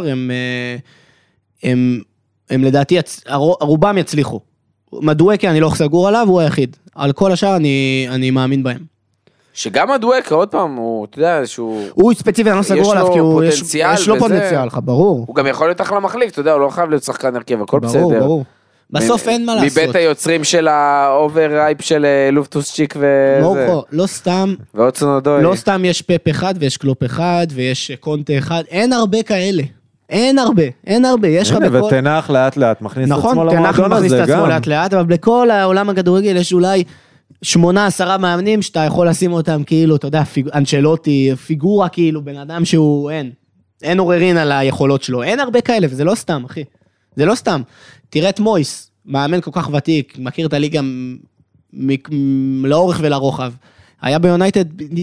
הם לדעתי, רובם יצליחו. מדואקה אני לא סגור עליו, הוא היחיד. על כל השאר אני מאמין בהם. שגם מדואקה, עוד פעם, אתה יודע שהוא... הוא ספציפי, אני לא סגור עליו, כי יש לו פוטנציאל, ברור. הוא גם יכול להיות אחלה מחליף, אתה יודע, הוא לא חייב להיות שחקן הרכב, הכל בסדר. ברור. בסוף אין מה לעשות. מבית היוצרים של האובר-רייפ של לופטוס צ'יק וזה. לא סתם. ועוד צונודוי. לא סתם יש פפ אחד, ויש קלופ אחד, ויש קונטה אחד, אין הרבה כאלה. אין הרבה, יש לך בכל... ותנח לאט לאט מכניס את עצמו למועדון הזה גם. נכון, תנח מכניס את עצמו לאט לאט, אבל בכל העולם הכדורגל יש אולי 8-10 מאמנים שאתה יכול לשים אותם כאילו, אתה יודע, אנצ'לוטי, פיגורה כאילו, בן אדם שהוא אין עוררין על היכולות שלו, אין הרבה כאלה, וזה לא סתם, אחי. זה לא סתם. תראה את מויס, מאמן כל כך ותיק, מכיר את הליגה לאורך ולרוחב. היה ביונייטד,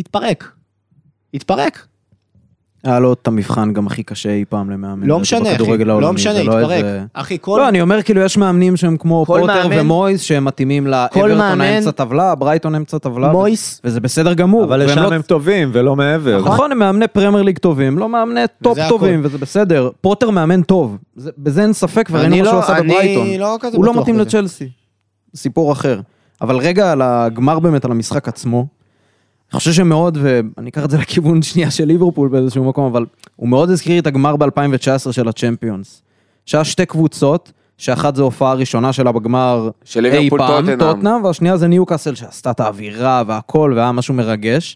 התפרק. היה לו את המבחן גם הכי קשה אי פעם למאמן. לא משנה, אחי, לא משנה, התפרק. אחי, לא, אני אומר כאילו יש מאמנים שהם כמו פוטר ומויס, שהם מתאימים לאברטון האמצע טבלה, ברייטון האמצע טבלה, וזה בסדר גמור. אבל לשם הם טובים ולא מעבר. נכון, הם מאמני פרמייר ליג טובים, לא מאמני טופ טובים, וזה בסדר. פוטר מאמן טוב, בזה אין ספק, וראינו מה שהוא עשה בברייטון. הוא לא מתאים לצ'לסי. סיפור אחר. אבל רגע על הגמר באמת, על המשחק עצמו, אני חושב שמאוד, ואני אקח את זה לכיוון שנייה של ליברפול באיזשהו מקום, אבל הוא מאוד הזכיר את הגמר ב-2019 של הצ'מפיונס. שהיה שתי קבוצות, שאחת זו הופעה הראשונה שלה בגמר אי פעם, טוטנהאם, והשנייה זה ניוקאסל, שעשתה את האווירה והכל, והיה משהו מרגש.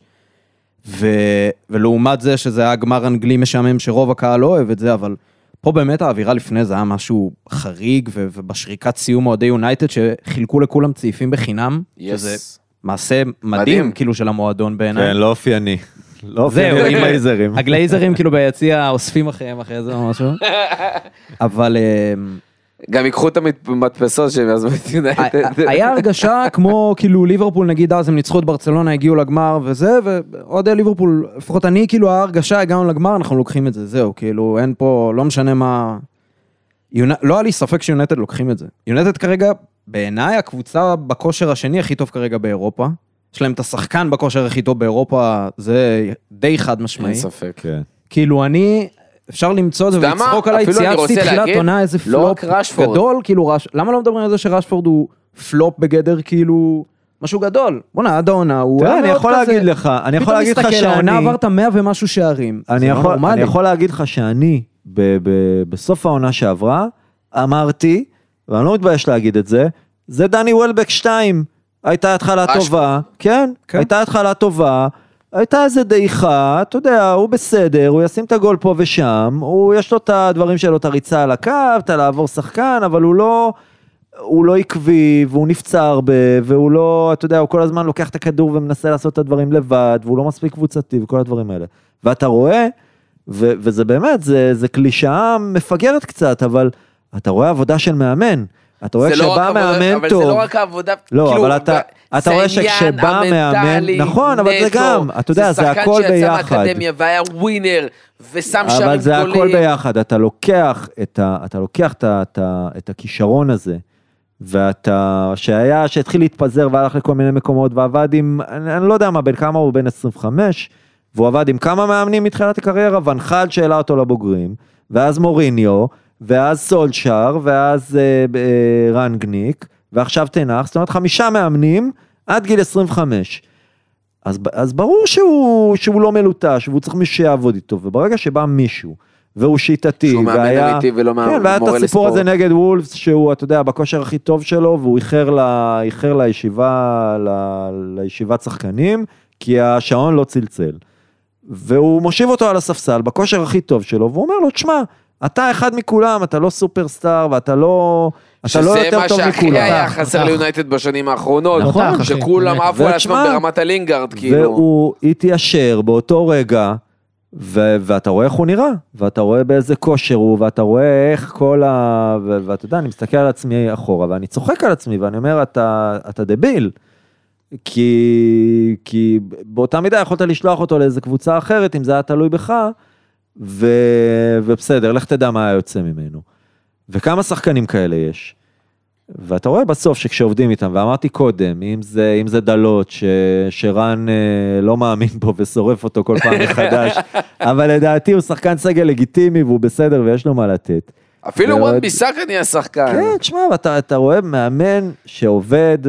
ולעומת זה שזה היה גמר אנגלי משעמם, שרוב הקהל לא אוהב את זה, אבל פה באמת האווירה לפני זה היה משהו חריג, ובשריקת סיום אוהדי יונייטד, שחילקו לכולם צעיפים בחינם, שזה מעשה מדהים, כאילו, של המועדון בעיניי. כן, לא אופייני. לא אופייני לגלייזרים. הגלייזרים כאילו ביציע אוספים אחריהם אחרי זה או משהו. אבל... גם ייקחו את המדפסות שהם יעזבו את יונייטד. היה הרגשה כמו כאילו ליברפול נגיד אז הם ניצחו את ברצלונה, הגיעו לגמר וזה, ועוד ליברפול, לפחות אני כאילו ההרגשה הגענו לגמר, אנחנו לוקחים את זה, זהו, כאילו אין פה, לא משנה מה... לא היה לי ספק שיונייטד לוקחים את זה. יונייטד כרגע, בעיניי הקבוצה בכושר השני הכי טוב כרגע באירופה, יש להם את השחקן בכושר הכי טוב באירופה, זה די חד משמעי. אין ספק. כאילו אני... אפשר למצוא את זה ולצחוק עליי, צייצתי תחילת עונה איזה פלופ גדול, כאילו, למה לא מדברים על זה שרשפורד הוא פלופ בגדר, כאילו, משהו גדול? בוא'נה, עד העונה, הוא... תראה, אני יכול להגיד לך, אני יכול להגיד לך שאני... העונה עברת 100 ומשהו שערים. אני יכול להגיד לך שאני, בסוף העונה שעברה, אמרתי, ואני לא מתבייש להגיד את זה, זה דני וולבק 2, הייתה התחלה טובה, כן, הייתה התחלה טובה, הייתה איזה דעיכה, אתה יודע, הוא בסדר, הוא ישים את הגול פה ושם, יש לו את הדברים שלו, את הריצה על הקו, את לעבור שחקן, אבל הוא לא עקבי, והוא נפצע הרבה, והוא לא, אתה יודע, הוא כל הזמן לוקח את הכדור ומנסה לעשות את הדברים לבד, והוא לא מספיק קבוצתי וכל הדברים האלה. ואתה רואה, וזה באמת, זה קלישאה מפגרת קצת, אבל אתה רואה עבודה של מאמן, אתה רואה שבא מאמן טוב. אבל זה לא רק העבודה, לא, אבל אתה רואה שכשבא מאמן, נכון, אבל זה גם, אתה יודע, זה הכל ביחד. זה שחקן שיצא מהאקדמיה והיה ווינר, ושם שערים גדולים. אבל זה הכל ביחד, אתה לוקח את הכישרון הזה, שהתחיל להתפזר והלך לכל מיני מקומות, ועבד עם, אני לא יודע מה, בין כמה הוא בין 25, והוא עבד עם כמה מאמנים מתחילת הקריירה, ונחל שאלה אותו לבוגרים, ואז מוריניו, ואז סולשר, ואז רנגניק, ועכשיו תנח, זאת אומרת 5 מאמנים, עד גיל 25. אז ברור שהוא לא מלוטש, והוא צריך מישהו שיעבוד איתו, וברגע שבא מישהו, והוא שיטתי, שהוא מאמן אמיתי ולא מורה לספורט. והיה את הסיפור הזה נגד וולפס, שהוא, אתה יודע, בכושר הכי טוב שלו, והוא איחר לישיבת שחקנים, כי השעון לא צלצל. והוא מושיב אותו על הספסל, בכושר הכי טוב שלו, והוא אומר לו, תשמע, אתה אחד מכולם, אתה לא סופרסטאר, ואתה לא יותר טוב מכולם. שזה מה שהכי היה חסר ליונייטד בשנים האחרונות, שכולם עפו על עצמם ברמת הלינגארד, כאילו. והוא התיישר באותו רגע, ואתה רואה איך הוא נראה, ואתה רואה באיזה כושר הוא, ואתה רואה איך ואתה יודע, אני מסתכל על עצמי אחורה, ואני צוחק על עצמי, ואני אומר, אתה דביל, כי באותה מידה יכולת לשלוח אותו לאיזה קבוצה אחרת, אם זה היה תלוי בך, ובסדר, לך תדע מה היה יוצא ממנו. וכמה שחקנים כאלה יש. ואתה רואה בסוף שכשעובדים איתם, ואמרתי קודם, אם זה דלות, שרן לא מאמין בו ושורף אותו כל פעם מחדש, אבל לדעתי הוא שחקן סגל לגיטימי, והוא בסדר ויש לו מה לתת. אפילו וואן ביסאקה נהיה שחקן. כן, תשמע, אתה רואה מאמן שעובד,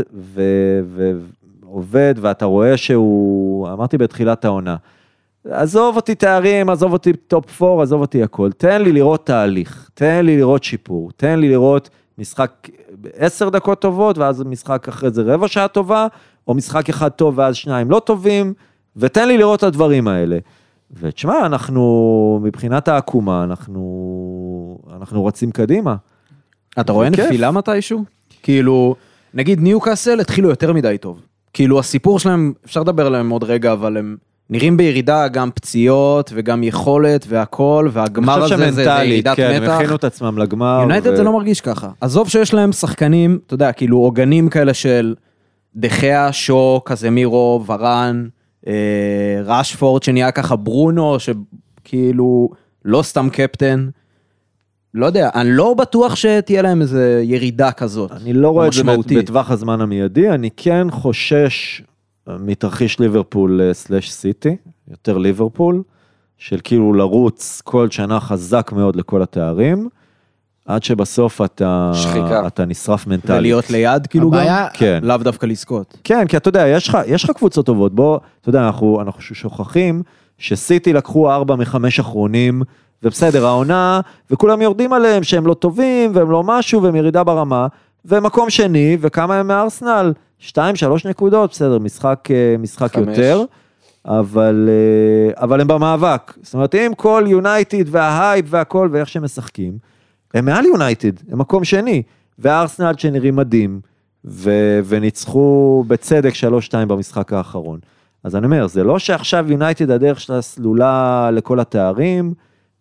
ואתה רואה שהוא, אמרתי בתחילת העונה, עזוב אותי תארים, עזוב אותי טופ 4, עזוב אותי הכל, תן לי לראות תהליך, תן לי לראות שיפור, תן לי לראות משחק 10 דקות טובות, ואז משחק אחרי זה רבע שעה טובה, או משחק אחד טוב ואז 2 לא טובים, ותן לי לראות את הדברים האלה. ותשמע, אנחנו, מבחינת העקומה, אנחנו רצים קדימה. אתה רואה נפילה מתישהו? כאילו, נגיד ניוקאסל התחילו יותר מדי טוב. כאילו הסיפור שלהם, אפשר לדבר עליהם עוד רגע, אבל הם נראים בירידה, גם פציעות וגם יכולת והכל, והגמר הזה זה ירידת מתח. הם הכינו את עצמם לגמר. יונייטד זה לא מרגיש ככה. עזוב שיש להם שחקנים, אתה יודע, כאילו עוגנים כאלה של דחיה, שו, קזמירו, ורן, רשפורד שנהיה ככה ברונו, שכאילו לא סתם קפטן. לא יודע, אני לא בטוח שתהיה להם איזה ירידה כזאת. אני לא רואה את זה בטווח הזמן המיידי, אני כן חושש מתרחיש ליברפול סלש סיטי, יותר ליברפול, של כאילו לרוץ כל שנה חזק מאוד לכל התארים, עד שבסוף אתה נשרף מנטלית. ולהיות ליד כאילו גם? כן. לאו דווקא לזכות. כן, כי אתה יודע, יש לך קבוצות טובות, בוא, אתה יודע, אנחנו שוכחים שסיטי לקחו 4 מ-5 אחרונים, ובסדר, העונה, וכולם יורדים עליהם שהם לא טובים, והם לא משהו, והם ירידה ברמה, ומקום שני, וכמה הם מארסנל? 2-3 נקודות, בסדר, משחק 5. יותר, אבל הם במאבק. זאת אומרת, אם כל יונייטד וההייפ והכל, ואיך שהם משחקים, הם מעל יונייטד, הם מקום שני, והארסנל שנראים מדהים, וניצחו בצדק 3-2 במשחק האחרון. אז אני אומר, זה לא שעכשיו יונייטד הדרך שלה סלולה לכל התארים,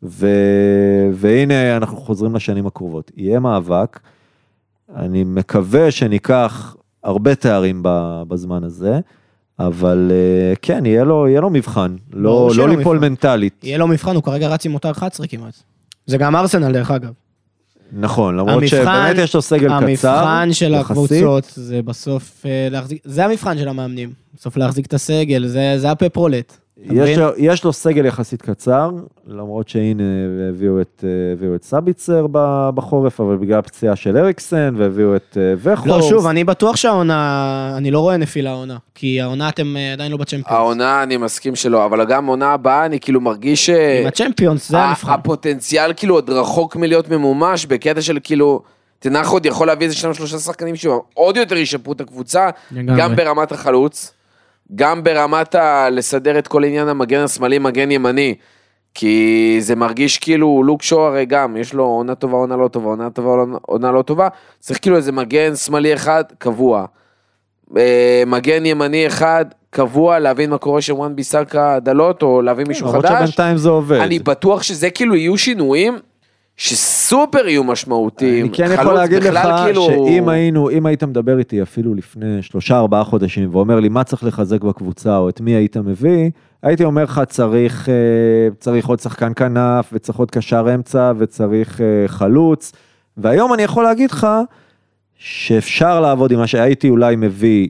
והנה אנחנו חוזרים לשנים הקרובות. יהיה מאבק, אני מקווה שניקח הרבה תארים בזמן הזה, אבל כן, יהיה לו מבחן, לא ליפול מנטלית. יהיה לו מבחן, הוא כרגע רץ עם אותה 11 כמעט. זה גם ארסנל דרך אגב. נכון, למרות שבאמת יש לו סגל קצר. המבחן של הקבוצות זה בסוף להחזיק, זה המבחן של המאמנים, בסוף להחזיק את הסגל, זה הפפ רולט. יש לו סגל יחסית קצר, למרות שהנה הביאו את סאביצר בחורף, אבל בגלל הפציעה של אריקסן, והביאו את וחורס. לא, שוב, אני בטוח שהעונה, אני לא רואה נפילה העונה, כי העונה אתם עדיין לא בצ'מפיונס. העונה אני מסכים שלא, אבל גם העונה הבאה אני כאילו מרגיש עם הצ'מפיונס, זה המבחן. הפוטנציאל כאילו עוד רחוק מלהיות ממומש, בקטע של כאילו, תנח עוד יכול להביא איזה 2-3 שחקנים שעוד יותר ישפרו את הקבוצה, גם ברמת החלוץ. גם ברמת לסדר את כל עניין המגן השמאלי, מגן ימני, כי זה מרגיש כאילו לוק שואו הרי גם, יש לו עונה טובה, עונה לא טובה, עונה טובה, עונה לא טובה, צריך כאילו איזה מגן שמאלי אחד קבוע, מגן ימני אחד קבוע, להבין מה קורה שוואן ביסאקה דלות, או להבין מישהו חדש. שבינתיים זה עובד. אני בטוח שזה כאילו יהיו שינויים, שסופר יהיו משמעותיים. אני כן יכול להגיד לך שאם היית מדבר איתי אפילו לפני 3-4 חודשים, ואומר לי מה צריך לחזק בקבוצה, או את מי היית מביא, הייתי אומר לך צריך עוד שחקן כנף, וצריך עוד קשר אמצע, וצריך חלוץ, והיום אני יכול להגיד לך, שאפשר לעבוד עם מה שהייתי אולי מביא,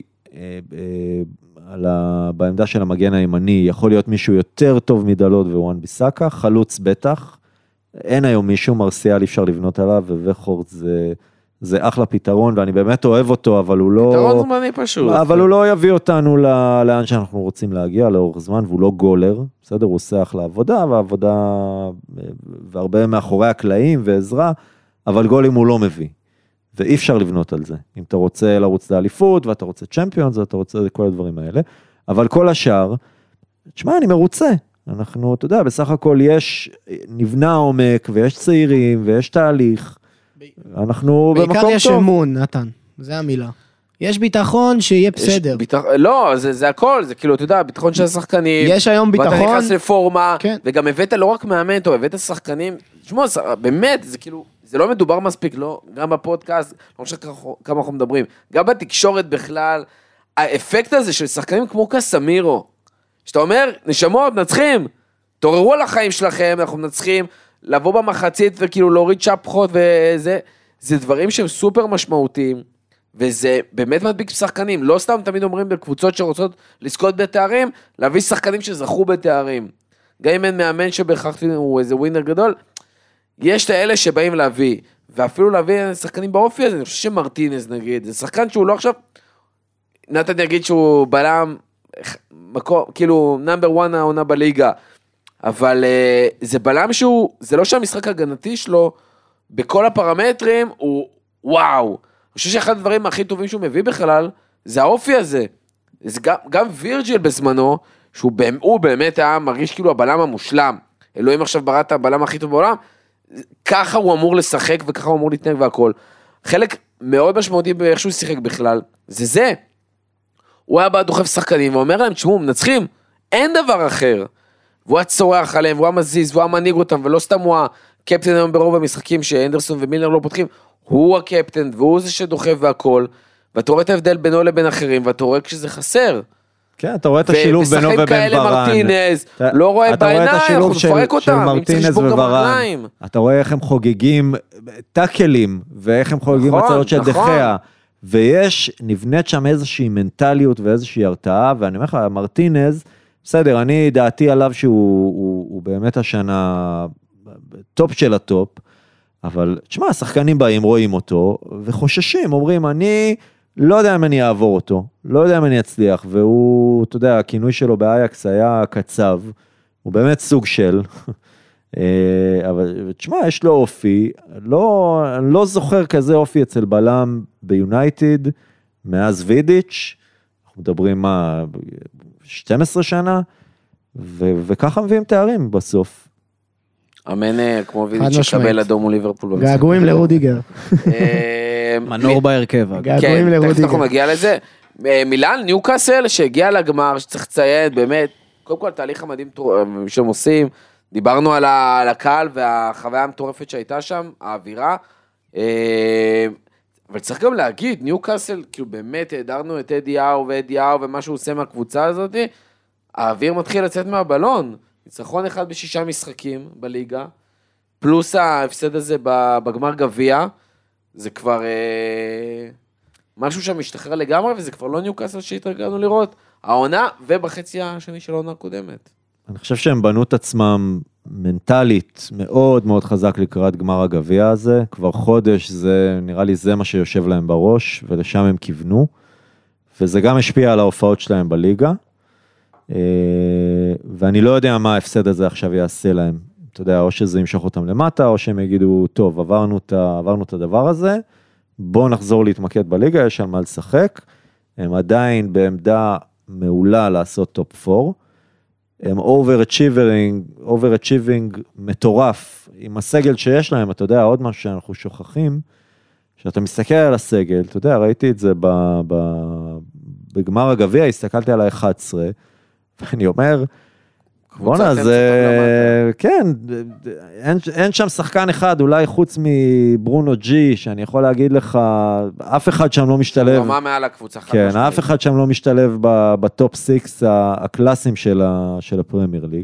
בעמדה של המגן הימני, יכול להיות מישהו יותר טוב מדלות ווואן ביסאקה, חלוץ בטח, אין היום מישהו, מרסיאל אפשר לבנות עליו, וחורט זה אחלה פתרון, ואני באמת אוהב אותו, אבל הוא לא... פתרון זמני פשוט. אבל הוא לא יביא אותנו לאן שאנחנו רוצים להגיע, לאורך זמן, והוא לא גולר, בסדר, הוא עושה אחלה עבודה, והרבה מאחורי הקלעים ועזרה, אבל גולים הוא לא מביא, ואי אפשר לבנות על זה. אם אתה רוצה לרוץ לאליפות, ואתה רוצה צ'מפיונס, ואתה רוצה כל הדברים האלה, אבל כל השאר, תשמע, אני מרוצה. אנחנו, אתה יודע, בסך הכל נבנה עומק, ויש צעירים, ויש תהליך. אנחנו במקום טוב. בעיקר יש אמון, נתן, זה המילה. יש ביטחון שיהיה בסדר. לא, זה הכל, זה כאילו, אתה יודע, ביטחון של השחקנים. יש היום ביטחון. ואתה נכנס לפורמה, וגם הבאת לא רק מאמן, טוב, הבאת שחקנים, תשמעו, באמת, זה כאילו, זה לא מדובר מספיק, לא, גם בפודקאסט, לא משנה כמה אנחנו מדברים, גם בתקשורת בכלל, האפקט הזה של שחקנים כמו קסמירו, שאתה אומר, נשמות, נצחים, תעוררו על החיים שלכם, אנחנו מנצחים, לבוא במחצית וכאילו להוריד שפחות וזה, זה דברים שהם סופר משמעותיים, וזה באמת מדביק שחקנים, לא סתם תמיד אומרים בקבוצות שרוצות לזכות בתארים, להביא שחקנים שזכו בתארים, גם אם אין מאמן שבהכרח הוא איזה ווינר גדול, יש את האלה שבאים להביא, ואפילו להביא שחקנים באופי הזה, אני חושב שמרטינז נגיד, זה שחקן שהוא לא עכשיו, נתן יגיד שהוא בלם, מקום, כאילו נאמבר 1 העונה בליגה, אבל זה בלם שהוא, זה לא שהמשחק הגנתי שלו, בכל הפרמטרים הוא וואו, אני חושב שאחד הדברים הכי טובים שהוא מביא בכלל, זה האופי הזה, זה גם וירג'יל בזמנו, שהוא באמת היה מרגיש כאילו הבלם המושלם, אלוהים עכשיו ברא את הבלם הכי טוב בעולם, ככה הוא אמור לשחק וככה הוא אמור להתנהג והכל, חלק מאוד משמעותי באיך שהוא שיחק בכלל, זה, הוא היה בא דוחף שחקנים ואומר להם, תשמעו, מנצחים, אין דבר אחר, והוא היה צורח עליהם, והוא היה מזיז, והוא היה מנהיג אותם, ולא סתם הוא הקפטן היום ברוב המשחקים שאנדרסון ומילנר לא פותחים, הוא הקפטן, והוא זה שדוחף והכל, ואתה רואה את ההבדל בינו לבין אחרים, ואתה רואה כשזה חסר. כן, אתה רואה את השילוב בינו ובין ורן. לא רואה בעיניים, אנחנו נפרק אותם, אם צריך לשבור גם רגליים. אתה רואה איך הם חוגגים טאקלים, ואיך הם חוגגים מצלות של דחיה, ויש, נבנית שם איזושהי מנטליות ואיזושהי הרתעה, ואני אומר לך, מרטינז, בסדר, אני דעתי עליו שהוא באמת השנה טופ של הטופ, אבל, תשמע, השחקנים באים, רואים אותו, וחוששים, אומרים, אני לא יודע אם אני אעבור אותו, לא יודע אם אני אצליח, והוא, אתה יודע, הכינוי שלו באייקס היה קצב, הוא באמת סוג של, אבל תשמע, יש לו אופי, לא זוכר כזה אופי אצל בלם ביונייטד, מאז וידיץ', אנחנו מדברים מה, 12 שנה, וככה מביאים תארים בסוף. אמן כמו וידיץ' שקבל אדום מול ליברפול במשחק. געגועים לרודיגר. מנור בהרכב. געגועים לרודיגר. תכף אנחנו נגיע לזה. מילאן, ניוקאסל, שהגיע לגמר, שצריך לציין, באמת, קודם כל, תהליך המדהים שהם עושים, דיברנו על הקהל והחוויה המטורפת שהייתה שם, האווירה, אבל צריך גם להגיד, ניוקאסל, כאילו באמת העדרנו את אדי האו ומה שהוא עושה מהקבוצה הזאת, האוויר מתחיל לצאת מהבלון, ניצחון אחד ב6 משחקים בליגה, פלוס ההפסד הזה בגמר גביע, זה כבר משהו שם משתחרר לגמרי, וזה כבר לא ניוקאסל שהתרגלנו לראות, העונה ובחצי השני של העונה הקודמת. אני חושב שהם בנו את עצמם מנטלית מאוד מאוד חזק לקראת גמר הגביע הזה, כבר חודש, נראה לי זה מה שיושב להם בראש, ולשם הם כיוונו, וזה גם השפיע על ההופעות שלהם בליגה, ואני לא יודע מה ההפסד הזה עכשיו יעשה להם, אתה יודע, או שזה ימשוך אותם למטה, או שהם יגידו, טוב, עברנו את הדבר הזה, בואו נחזור להתמקד בליגה, יש על מה לשחק, הם עדיין בעמדה מעולה לעשות טופ 4, הם overachieving מטורף, עם הסגל שיש להם, אתה יודע, עוד משהו שאנחנו שוכחים, שאתה מסתכל על הסגל, אתה יודע, ראיתי את זה בגמר הגביע, הסתכלתי על ה-11, ואני אומר, בונה, זה, כן, אין שם שחקן אחד, אולי חוץ מברונו ג'י, שאני יכול להגיד לך, אף אחד שם לא משתלב, רמה מעל הקבוצה. כן, אף אחד שם לא משתלב בטופ 6 הקלאסים של הפרמייר ליג,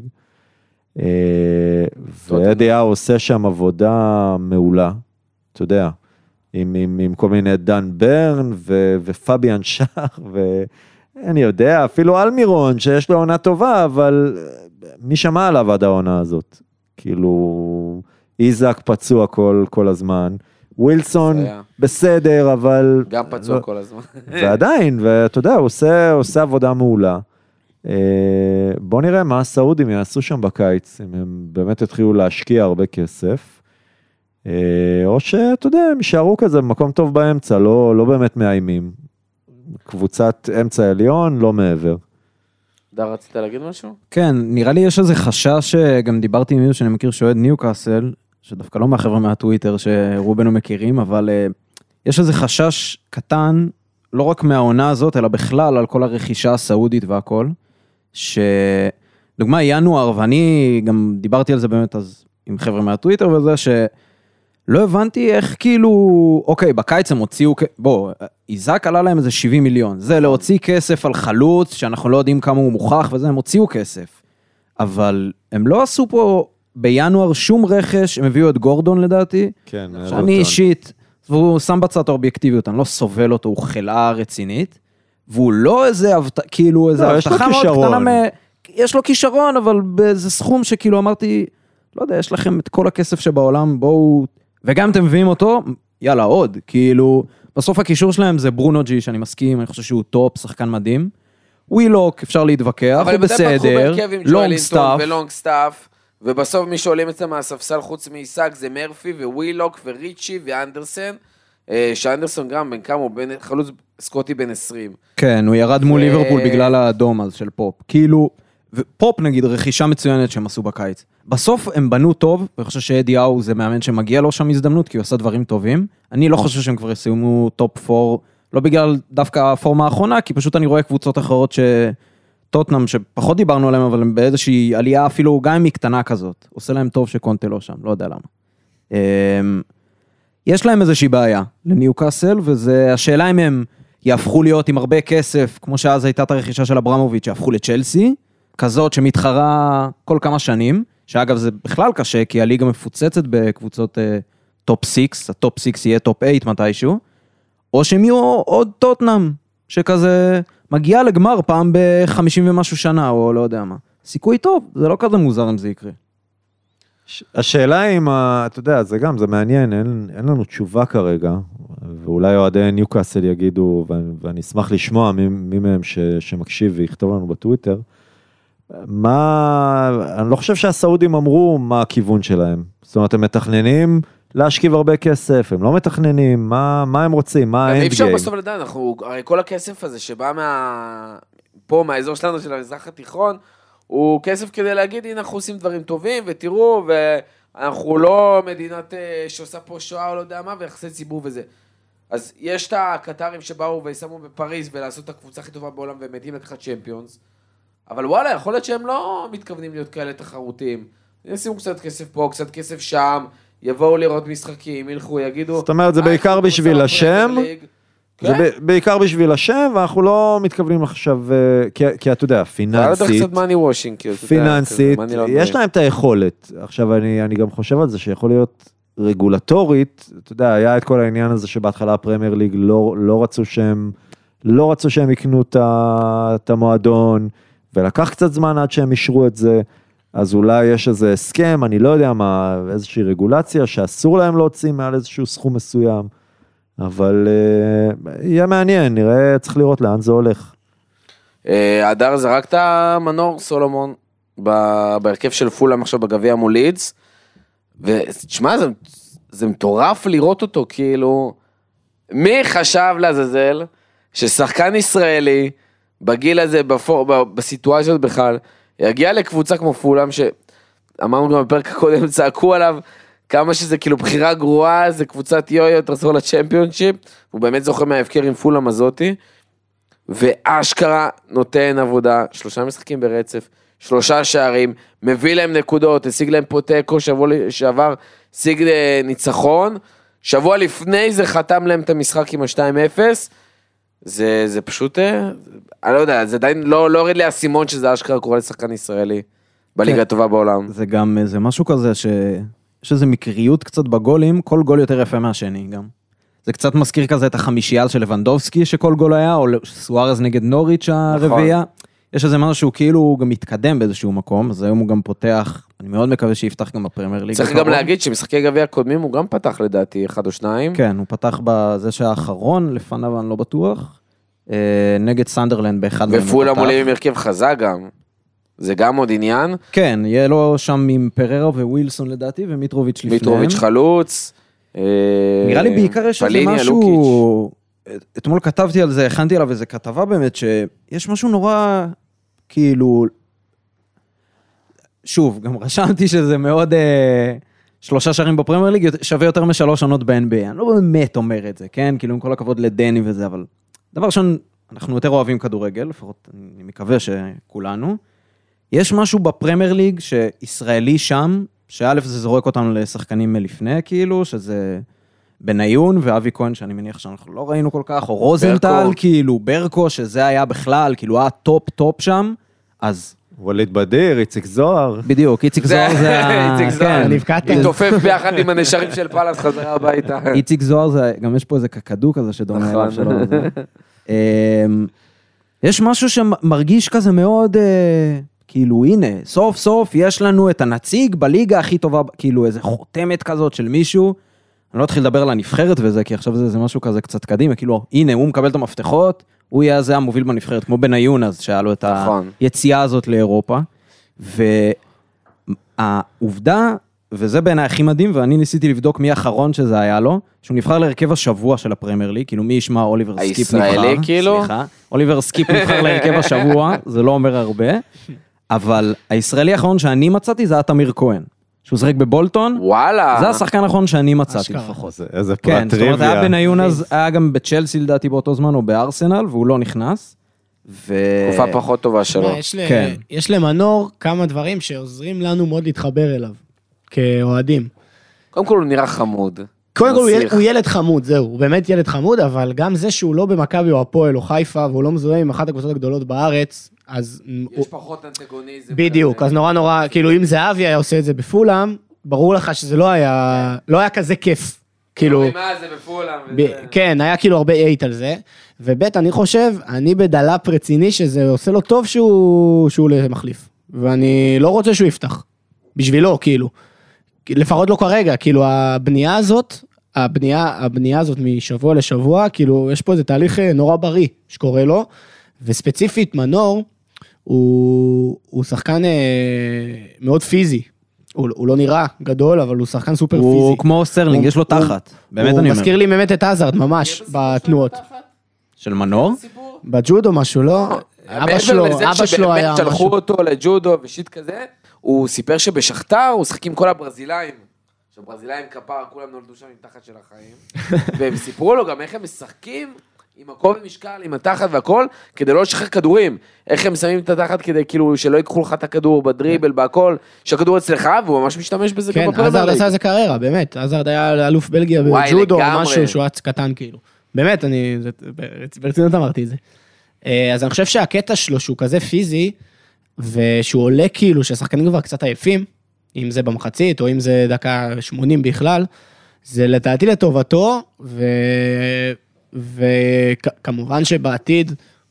ואדי האו עושה שם עבודה מעולה, אתה יודע, עם כל מיני דן ברן ופביאן שח, ואני יודע, אפילו אלמירון, שיש לו עונה טובה, אבל מי שמע עליו עד העונה הזאת? כאילו, איזק פצוע כל הזמן, ווילסון בסדר, אבל... גם פצוע כל הזמן. ועדיין, ואתה יודע, הוא עושה עבודה מעולה. בוא נראה מה הסעודים יעשו שם בקיץ, אם הם באמת התחילו להשקיע הרבה כסף, או שאתה יודע, הם יישארו כזה במקום טוב באמצע, לא באמת מאיימים. קבוצת אמצע עליון, לא מעבר. דר, רצית להגיד משהו? כן, נראה לי יש איזה חשש, גם דיברתי עם מישהו שאני מכיר שאוהד ניוקאסל, שדווקא לא מהחבר'ה מהטוויטר שרובנו מכירים, אבל יש איזה חשש קטן, לא רק מהעונה הזאת, אלא בכלל על כל הרכישה הסעודית והכל, שדוגמה ינואר, ואני גם דיברתי על זה באמת אז עם חבר'ה מהטוויטר וזה, שלא הבנתי איך כאילו, אוקיי, בקיץ הם הוציאו, בוא, איזק עלה להם איזה 70 מיליון, זה להוציא כסף על חלוץ, שאנחנו לא יודעים כמה הוא מוכח וזה, הם הוציאו כסף, אבל הם לא עשו פה בינואר שום רכש, הם הביאו את גורדון לדעתי, כן, שאני אישית, והוא שם בצד האובייקטיביות, אני לא סובל אותו, הוא חלאה רצינית, והוא לא איזה, כאילו איזה הבטחה מאוד קטנה, יש לו כישרון, אבל באיזה סכום שכאילו אמרתי, לא יודע, יש לכם את כל הכסף שבעולם, בואו, וגם אתם מביאים אותו, יאללה, עוד, כאילו, בסוף הקישור שלהם זה ברונו ג'י, שאני מסכים, אני חושב שהוא טופ, שחקן מדהים, ווילוק, אפשר להתווכח, הוא בסדר, לונג סטאף, ובסוף מי שעולים אצלם מהספסל חוץ מעיסק, זה מרפי ווילוק וריצ'י ואנדרסן, שאנדרסון גם בן כמה, חלוץ סקוטי בן 20. כן, הוא ירד מול ליברפול בגלל האדום אז של פופ, כאילו, ופופ נגיד רכישה מצוינת שהם עשו בקיץ, בסוף הם בנו טוב, ואני חושב שאדי האו זה מאמן שמגיע לו שם הזדמנות, כי הוא עשה דברים טובים, אני לא חושב שהם כבר יסיימו טופ 4, לא בגלל דווקא הפורמה האחרונה, כי פשוט אני רואה קבוצות אחרות טוטנאם, שפחות דיברנו עליהם, אבל הם באיזושהי עלייה אפילו, גם אם היא קטנה כזאת, עושה להם טוב שקונטה לא שם, לא יודע למה. יש להם איזושהי בעיה לניוקאסל, וזה השאלה אם הם יהפכו להיות עם הרבה כסף, כמו שאז הייתה את הרכישה של אברמוביץ', שיהפכו לצ'לסי, כזאת שמתחרה כל כמה שנים, שאגב זה בכלל קשה, כי הליגה מפוצצת בקבוצות טופ 6, הטופ 6 יהיה טופ 8 מתישהו, או שהם יהיו עוד טוטנאם, שכזה מגיע לגמר פעם ב-50 ומשהו שנה, או לא יודע מה. סיכוי טוב, זה לא כזה מוזר אם זה יקרה. השאלה אם, אתה יודע, זה גם, זה מעניין, אין לנו תשובה כרגע, ואולי אוהדי ניוקאסל יגידו, ואני אשמח לשמוע מי מהם שמקשיב ויכתוב לנו בטוויטר, אני לא חושב שהסעודים אמרו מה הכיוון שלהם. זאת אומרת, הם מתכננים להשכיב הרבה כסף, הם לא מתכננים, מה הם רוצים, מה האנד גיים. אי אפשר בסוף לדעת, הרי כל הכסף הזה שבא פה, מהאזור שלנו של המזרח התיכון, הוא כסף כדי להגיד, הנה אנחנו עושים דברים טובים, ותראו, ואנחנו לא מדינת שעושה פה שואה או לא יודע מה, ויחסי ציבור וזה. אז יש את הקטרים שבאו ושמו בפריז, ולעשות את הקבוצה הכי טובה בעולם, והם מתים לקחת צ'מפיונס, אבל וואלה, יכול להיות שהם לא מתכוונים להיות כאלה תחרותיים. ישימו קצת כסף פה, קצת כסף שם, יבואו לראות משחקים, ילכו, יגידו... זאת אומרת, זה בעיקר בשביל השם, זה בעיקר בשביל השם, ואנחנו לא מתכוונים עכשיו, כי אתה יודע, פיננסית, יש להם את היכולת. עכשיו, אני גם חושב על זה שיכול להיות רגולטורית, אתה יודע, היה את כל העניין הזה שבהתחלה הפרמייר ליג לא רצו שהם יקנו את המועדון, ולקח קצת זמן עד שהם אישרו את זה, אז אולי יש איזה הסכם, אני לא יודע מה, איזושהי רגולציה, שאסור להם להוציא מעל איזשהו סכום מסוים, אבל יהיה מעניין, נראה, צריך לראות לאן זה הולך. הדר זרק את המנור סולומון, בהרכב של פולאם עכשיו בגביע מול לידס, ותשמע, זה מטורף לראות אותו, כאילו, מי חשב לעזאזל, ששחקן ישראלי, בגיל הזה, בסיטואציות בכלל, יגיע לקבוצה כמו פולאם, שאמרנו גם בפרק הקודם, צעקו עליו, כמה שזה כאילו בחירה גרועה, זה קבוצת יו-יו, תחזור לצ'מפיונשיפ, הוא באמת זוכה מההפקר עם פולאם הזאתי, ואשכרה נותן עבודה, 3 משחקים ברצף, 3 שערים, מביא להם נקודות, השיג להם פה תיקו, שבוע שעבר, השיג ניצחון, שבוע לפני זה חתם להם את המשחק עם ה-2-0, זה פשוט, אני לא יודע, זה עדיין לא הוריד לי הסימון שזה אשכרה קורה לשחקן ישראלי, בליגה הטובה בעולם. זה גם, זה משהו כזה יש איזו מקריות קצת בגולים, כל גול יותר יפה מהשני גם. זה קצת מזכיר כזה את החמישייה של לבנדובסקי שכל גול היה, או סוארז נגד נוריץ' הרביעייה. יש איזה משהו שהוא כאילו גם מתקדם באיזשהו מקום, אז היום הוא גם פותח, אני מאוד מקווה שיפתח גם בפרמייר ליג. צריך גם להגיד שמשחקי גביע הקודמים הוא גם פתח לדעתי 1 או 2. כן, הוא פתח בזה שהאחרון, לפניו אני לא בטוח, נגד סנדרלנד באחד מהם. ופולאם עולים עם הרכב חזק גם. זה גם עוד עניין. כן, יהיה לו שם עם פררה ווילסון לדעתי, ומיטרוביץ' לפניהם. מיטרוביץ' חלוץ. נראה לי בעיקר יש איזה משהו, אתמול כתבתי על זה, הכנתי עליו איזה כתבה באמת, שיש משהו נורא, כאילו, שוב, גם רשמתי שזה מאוד, 3 שערים בפרמייר ליג, שווה יותר מ3 עונות ב-NBA, אני לא באמת אומר את זה, כן? כאילו עם כל הכבוד לדני וזה, אבל דבר ראשון, אנחנו יותר אוהבים כדורגל, לפחות אני מקווה שכולנו, יש משהו בפרמייר ליג שישראלי שם, שא' זה זורק אותנו לשחקנים מלפני, כאילו, שזה בניון ואבי כהן, שאני מניח שאנחנו לא ראינו כל כך, או רוזנטל, כאילו, ברקו, שזה היה בכלל, כאילו, טופ שם, אז... וליד בדיר, איציק זוהר. בדיוק, איציק זוהר זה... איציק זוהר, נבקעת. מתעופף ביחד עם הנשרים של פלס חזרה הביתה. איציק זוהר זה, גם יש פה איזה קקדו כזה שדומה אליו שלו. יש משהו שמרגיש כזה מאוד... כאילו, הנה, סוף סוף יש לנו את הנציג בליגה הכי טובה, כאילו איזה חותמת כזאת של מישהו, אני לא אתחיל לדבר על הנבחרת וזה, כי עכשיו זה משהו כזה קצת קדימה, כאילו, הנה, הוא מקבל את המפתחות, הוא יהיה זה המוביל בנבחרת, כמו בניון אז, שהיה לו את היציאה הזאת לאירופה, והעובדה, וזה בעיניי הכי מדהים, ואני ניסיתי לבדוק מי האחרון שזה היה לו, שהוא נבחר להרכב השבוע של הפרמייר ליג, כאילו מי ישמע אוליבר סקיפ נבחר, הישראלי כאילו? סליחה, אוליבר סקיפ נבחר להרכב השבוע, זה לא אומר הרבה, אבל הישראלי האחרון שאני מצאתי זה היה תמיר כהן, שהוא זרק בבולטון. וואלה. זה השחקן האחרון שאני מצאתי לפחות. איזה פרט כן, טריוויה. זאת אומרת, היה בניון אז, היה גם בצ'לסי לדעתי באותו זמן, או בארסנל, והוא לא נכנס. תקופה פחות טובה שלו. יש למנור כמה דברים שעוזרים לנו מאוד להתחבר אליו, כאוהדים. קודם כל הוא נראה חמוד. קודם כל הוא ילד חמוד, זהו, הוא באמת ילד חמוד, אבל גם זה שהוא לא במכבי או הפועל או חיפה, והוא לא מזוהה עם אחת הקבוצות הגדולות בארץ, אז... יש פחות אנטגוניזם. בדיוק, אז נורא, כאילו אם זה אבי היה עושה את זה בפולאם, ברור לך שזה לא היה כזה כיף. כאילו... מה זה בפולאם? כן, היה כאילו הרבה אייט על זה, ובית אני חושב, אני בדלאפ רציני שזה עושה לו טוב שהוא למחליף, ואני לא רוצה שהוא יפתח, בשבילו כאילו. לפחות לא כרגע, כאילו הבנייה הזאת משבוע לשבוע, כאילו יש פה איזה תהליך נורא בריא שקורה לו, וספציפית מנור, הוא שחקן מאוד פיזי, הוא לא נראה גדול, אבל הוא שחקן סופר פיזי. הוא כמו סטרלינג, יש לו תחת, באמת אני אומר. הוא מזכיר לי באמת את עזרד, ממש, בתנועות. של מנור? בג'ודו משהו, לא? אבא שלו היה משהו. שלחו אותו לג'ודו ושיט כזה, הוא סיפר שבשכתר הוא שחק עם כל הברזילאים. שברזילאים כפר, כולם נולדו שם עם תחת של החיים. והם סיפרו לו גם איך הם משחקים עם הכל במשקל, עם התחת והכל, כדי לא לשחרר כדורים. איך הם שמים את התחת כדי כאילו שלא ייקחו לך את הכדור בדריבל, בהכל, שהכדור אצלך, והוא ממש משתמש בזה גם בפרמייר ליג. עזרד עשה איזה קריירה, באמת. עזרד היה אלוף בלגיה בג'ודו, משהו שהוא היה קטן כאילו. באמת, ברצינות אמרתי את זה. אז אני חושב שהקטע שלו, שהוא כזה פיזי, ושהוא עולה כאילו, שהשחקנים כבר קצת עייפים, אם זה במחצית, או אם זה דקה 80 בכלל, זה לדעתי לטובתו, וכמובן שבעתיד,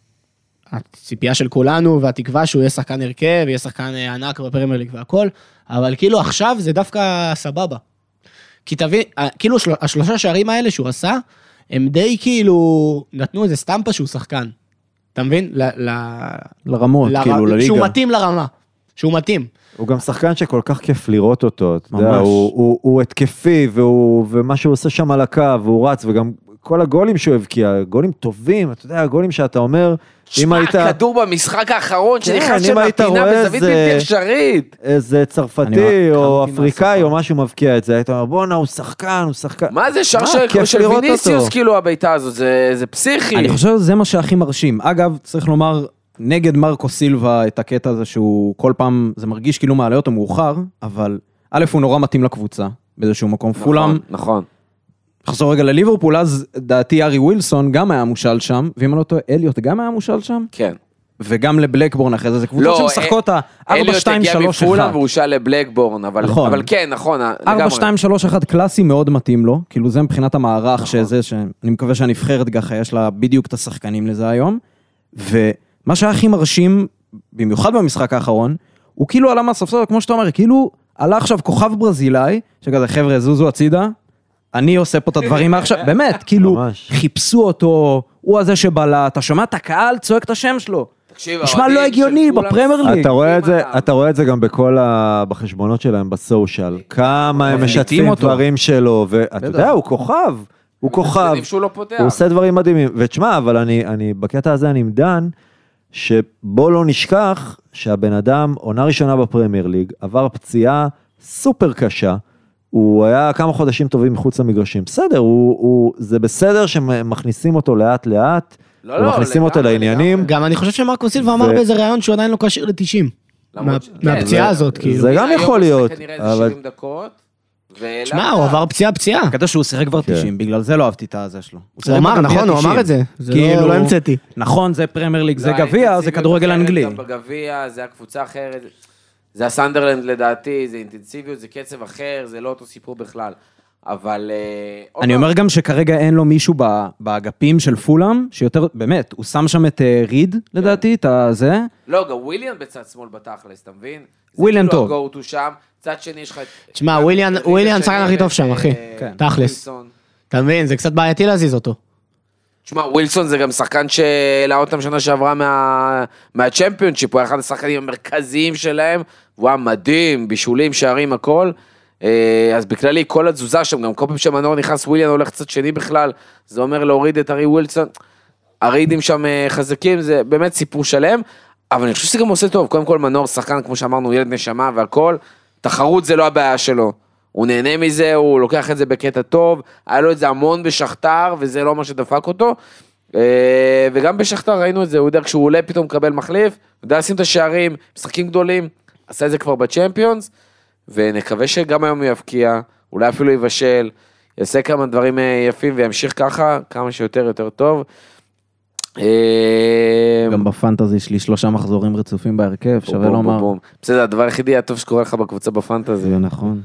הציפייה של כולנו, והתקווה שהוא יהיה שחקן הרכב, יהיה שחקן ענק בפרמייר ליג והכל, אבל כאילו עכשיו זה דווקא סבבה. כי תבין, כאילו השלושה שערים האלה שהוא עשה, הם די כאילו נתנו איזה סטמפה שהוא שחקן. אתה מבין? לרמות, כאילו לליגה. שהוא מתאים לרמה. שהוא מתאים. הוא גם שחקן שכל כך כיף לראות אותו. ממש. הוא התקפי, ומה שהוא עושה שם על הקו, והוא רץ, וגם כל הגולים שהוא הבקיע, גולים טובים, אתה יודע, הגולים שאתה אומר, אם היית... כדור במשחק האחרון שנכנס של הפינה בזווית בלתי אפשרית. איזה צרפתי או אפריקאי או משהו מבקיע את זה, היית אומר, בוא'נה, הוא שחקן. מה זה שר של ויניסיוס, כאילו הביתה הזאת, זה פסיכי. אני חושב שזה מה שהכי מרשים. אגב, צריך לומר, נגד מרקו סילבה את הקטע הזה שהוא כל פעם, זה מרגיש כאילו מעלה אותו מאוחר, אבל א' הוא נורא מתאים לקבוצה, באיזשהו מקום. פולאם. נכון. חזור רגע לליברפול, אז דעתי ארי ווילסון גם היה מושל שם, ואם אני לא טועה, אליוט גם היה מושל שם? כן. וגם לבלקבורן אחרי זה, זה קבוצות שמשחקות ה-4-2-3-1. אליוט הגיע מפולאם והוא הושל לבלקבורן, אבל כן, נכון. 4-2-3-1 קלאסי מאוד מתאים לו, כאילו זה מבחינת המערך שזה, שאני מקווה שהנבחרת גחה, יש לה בדיוק את השחקנים לזה היום, ומה שהיה הכי מרשים, במיוחד במשחק האחרון, הוא כאילו עלה מהספסל, כמו שאתה אומר, כאילו עלה עכשיו כוכב ברזילאי, שכזה חבר'ה זוזו הצידה, אני עושה פה את הדברים מעכשיו, באמת, כאילו, חיפשו אותו, הוא הזה שבלה, אתה שומע את הקהל, צועק את השם שלו. נשמע לא הגיוני בפרמייר ליג. אתה רואה את זה גם בכל בחשבונות שלהם בסושיאל, כמה הם משתפים דברים שלו, ואתה יודע, הוא כוכב, הוא עושה דברים מדהימים, ותשמע, אבל אני בקטע הזה אני מדן, שבוא לא נשכח שהבן אדם, עונה ראשונה בפרמייר ליג, עבר פציעה סופר קשה, הוא היה כמה חודשים טובים מחוץ למגרשים. בסדר, זה בסדר שמכניסים אותו לאט לאט, ומכניסים אותו לעניינים. גם אני חושב שמרקו סילבה אמר באיזה רעיון שהוא עדיין לא קשיר ל-90. מהפציעה הזאת, כאילו. זה גם יכול להיות. שמע, הוא עבר פציעה. הקטע שהוא שיחק כבר 90, בגלל זה לא אהבתי את הזה שלו. הוא אמר, נכון, הוא אמר את זה. זה לא המצאתי. נכון, זה פרמייר ליג, זה גביע, זה כדורגל אנגלי. בגביע, זה הקבוצה אחרת. זה הסנדרלנד לדעתי, זה אינטנסיביות, זה קצב אחר, זה לא אותו סיפור בכלל. אבל... אני אומר גם שכרגע אין לו מישהו באגפים של פולאם, שיותר, באמת, הוא שם שם את ריד, לדעתי, את הזה. לא, גם וויליאן בצד שמאל בתכלס, אתה מבין? וויליאן טוב. זה כאילו הגו-טו שם, צד שני יש לך את... תשמע, וויליאן שחקן הכי טוב שם, אחי. תכלס. אתה מבין, זה קצת בעייתי להזיז אותו. תשמע, ווילסון זה גם שחקן שהעלה אותם שנה שעברה מהצ'מפיונשיפ, הוא היה אחד השחקנים המרכזיים שלהם, והוא היה מדהים, בישולים, שערים, הכל. אז בכללי, כל התזוזה שם, גם כל פעם שמנור נכנס, וויליאן הולך קצת שני בכלל, זה אומר להוריד את ארי ווילסון, הרידים שם חזקים, זה באמת סיפור שלם, אבל אני חושב שזה גם עושה טוב, קודם כל מנור שחקן, כמו שאמרנו, ילד נשמה והכל, תחרות זה לא הבעיה שלו. הוא נהנה מזה, הוא לוקח את זה בקטע טוב, היה לו את זה המון בשכתר, וזה לא מה שדפק אותו, וגם בשכתר ראינו את זה, הוא יודע, כשהוא עולה פתאום מקבל מחליף, הוא יודע לשים את השערים, משחקים גדולים, עשה את זה כבר בצ'מפיונס, ונקווה שגם היום הוא יבקיע, אולי אפילו יבשל, יעשה כמה דברים יפים, וימשיך ככה, כמה שיותר יותר טוב. גם בפנטזי שלי 3 מחזורים רצופים בהרכב, שווה לומר. בסדר, הדבר היחידי הטוב שקורה לך בקבוצה בפנטזי. זה נכון.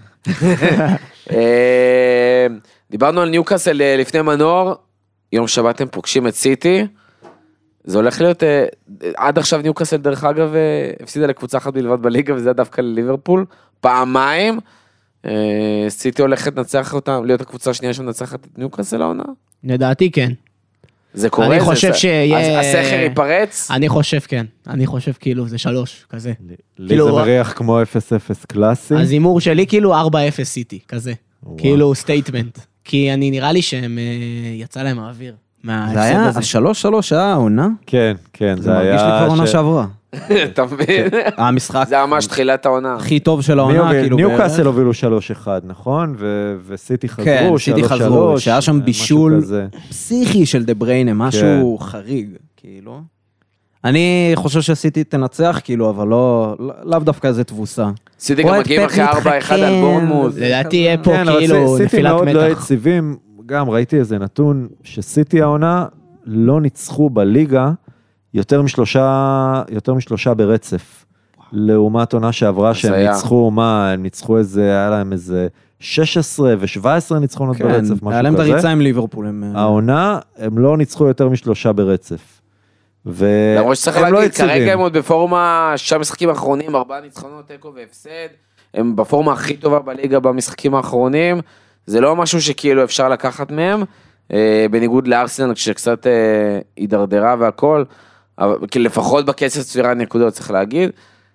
דיברנו על ניוקאסל לפני מנור, יום שבת הם פוגשים את סיטי, זה הולך להיות, עד עכשיו ניוקאסל דרך אגב, הפסידה לקבוצה אחת בלבד בליגה, וזה דווקא לליברפול, פעמיים, סיטי הולכת לנצח אותם, להיות הקבוצה השנייה שמנצחת את ניוקאסל העונה? לדעתי כן. זה קורה? אני חושב שיהיה... הסכר ייפרץ? אני חושב כן. אני חושב כאילו זה 3, כזה. לי זה מריח כמו 0-0 קלאסי. אז הימור שלי כאילו 4-0 סיטי, כזה. כאילו סטייטמנט. כי אני נראה לי שהם יצא להם האוויר. זה היה 3-3 העונה? כן, כן, זה היה... מרגיש לי כבר עונה שעברה. אתה מבין? המשחק... זה ממש תחילת העונה. הכי טוב של העונה, כאילו... ניוקאסל הובילו 3-1, נכון? וסיטי חזרו, 3-3. כן, סיטי חזרו, שהיה שם בישול פסיכי של דה בריינה, משהו חריג, כאילו. אני חושב שסיטי תנצח, כאילו, אבל לאו דווקא איזה תבוסה. סיטי גם מגיעים אחרי 4-1 על בורנמוט. לדעתי יהיה פה כאילו סיטי נפילת מאוד לא מתח. יציבים, גם ראיתי איזה נתון, שסיטי העונה לא ניצחו בליגה יותר משלושה ברצף. לעומת עונה שעברה שהם ניצחו, הם ניצחו איזה, היה להם איזה 16 ו-17 ניצחונות ברצף, משהו כזה. היה להם דריצה עם ליברפול. העונה, הם לא ניצחו יותר משלושה ברצף. למרות שצריך להגיד, כרגע הם עוד בפורמה 6 משחקים האחרונים, 4 ניצחונות, תיקו והפסד, הם בפורמה הכי טובה בליגה במשחקים האחרונים, זה לא משהו שכאילו אפשר לקחת מהם, בניגוד לארסנל שקצת הידרדרה והכל, כי לפחות בקצב צבירה נקודות צריך להגיד,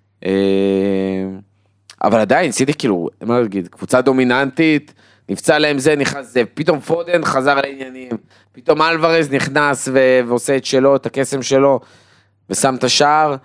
אבל עדיין סיטי כאילו, מה להגיד, קבוצה דומיננטית, נפצע להם זה, נכנס זה, פתאום פודן חזר לעניינים, פתאום אלוורז נכנס ועושה את שלו, את הקסם שלו, ושם את השער,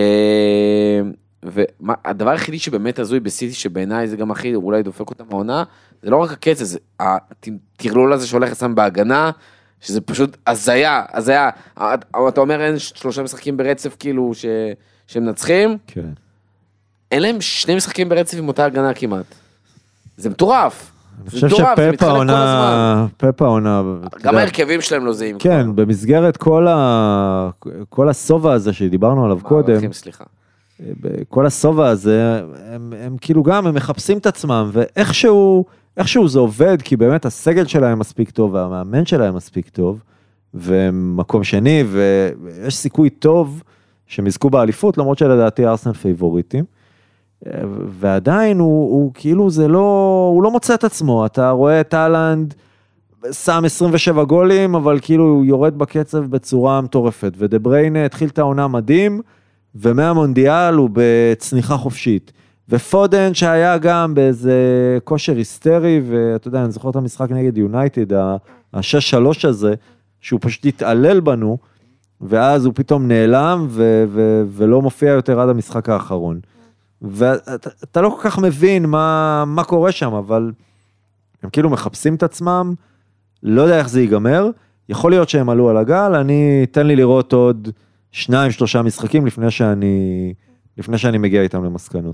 והדבר היחידי שבאמת הזוי בסיטי, שבעיניי זה גם הכי, אולי דופק אותם העונה, זה לא רק הקצב, זה התרלול הזה שהולך לסם בהגנה, שזה פשוט הזיה, אתה אומר אין 3 משחקים ברצף כאילו שהם נצחים, כן. אין להם 2 משחקים ברצף עם אותה הגנה כמעט, זה מטורף. אני חושב שפפ העונה... גם ההרכבים שלהם לא זהים. כן, במסגרת כל הסובה הזה שדיברנו עליו קודם, כל הסובה הזה, הם כאילו גם, הם מחפשים את עצמם, ואיכשהו זה עובד, כי באמת הסגל שלהם מספיק טוב, והמאמן שלהם מספיק טוב, ומקום שני, ויש סיכוי טוב שהם יזכו באליפות, למרות שלדעתי ארסנל פייבוריטים, ועדיין הוא כאילו זה לא, הוא לא מוצא את עצמו, אתה רואה את הלנד, שם 27 גולים, אבל כאילו הוא יורד בקצב בצורה מטורפת, ודה בריינה התחיל את העונה מדהים, ומהמונדיאל הוא בצניחה חופשית, ופודן שהיה גם באיזה כושר היסטרי, ואתה יודע, אני זוכר את המשחק נגד יונייטד, ה-6-3 הזה, שהוא פשוט התעלל בנו, ואז הוא פתאום נעלם, ולא מופיע יותר עד המשחק האחרון. ואתה לא כל כך מבין מה קורה שם, אבל הם כאילו מחפשים את עצמם, לא יודע איך זה ייגמר, יכול להיות שהם עלו על הגל, תן לי לראות עוד 2-3 משחקים לפני שאני מגיע איתם למסקנות.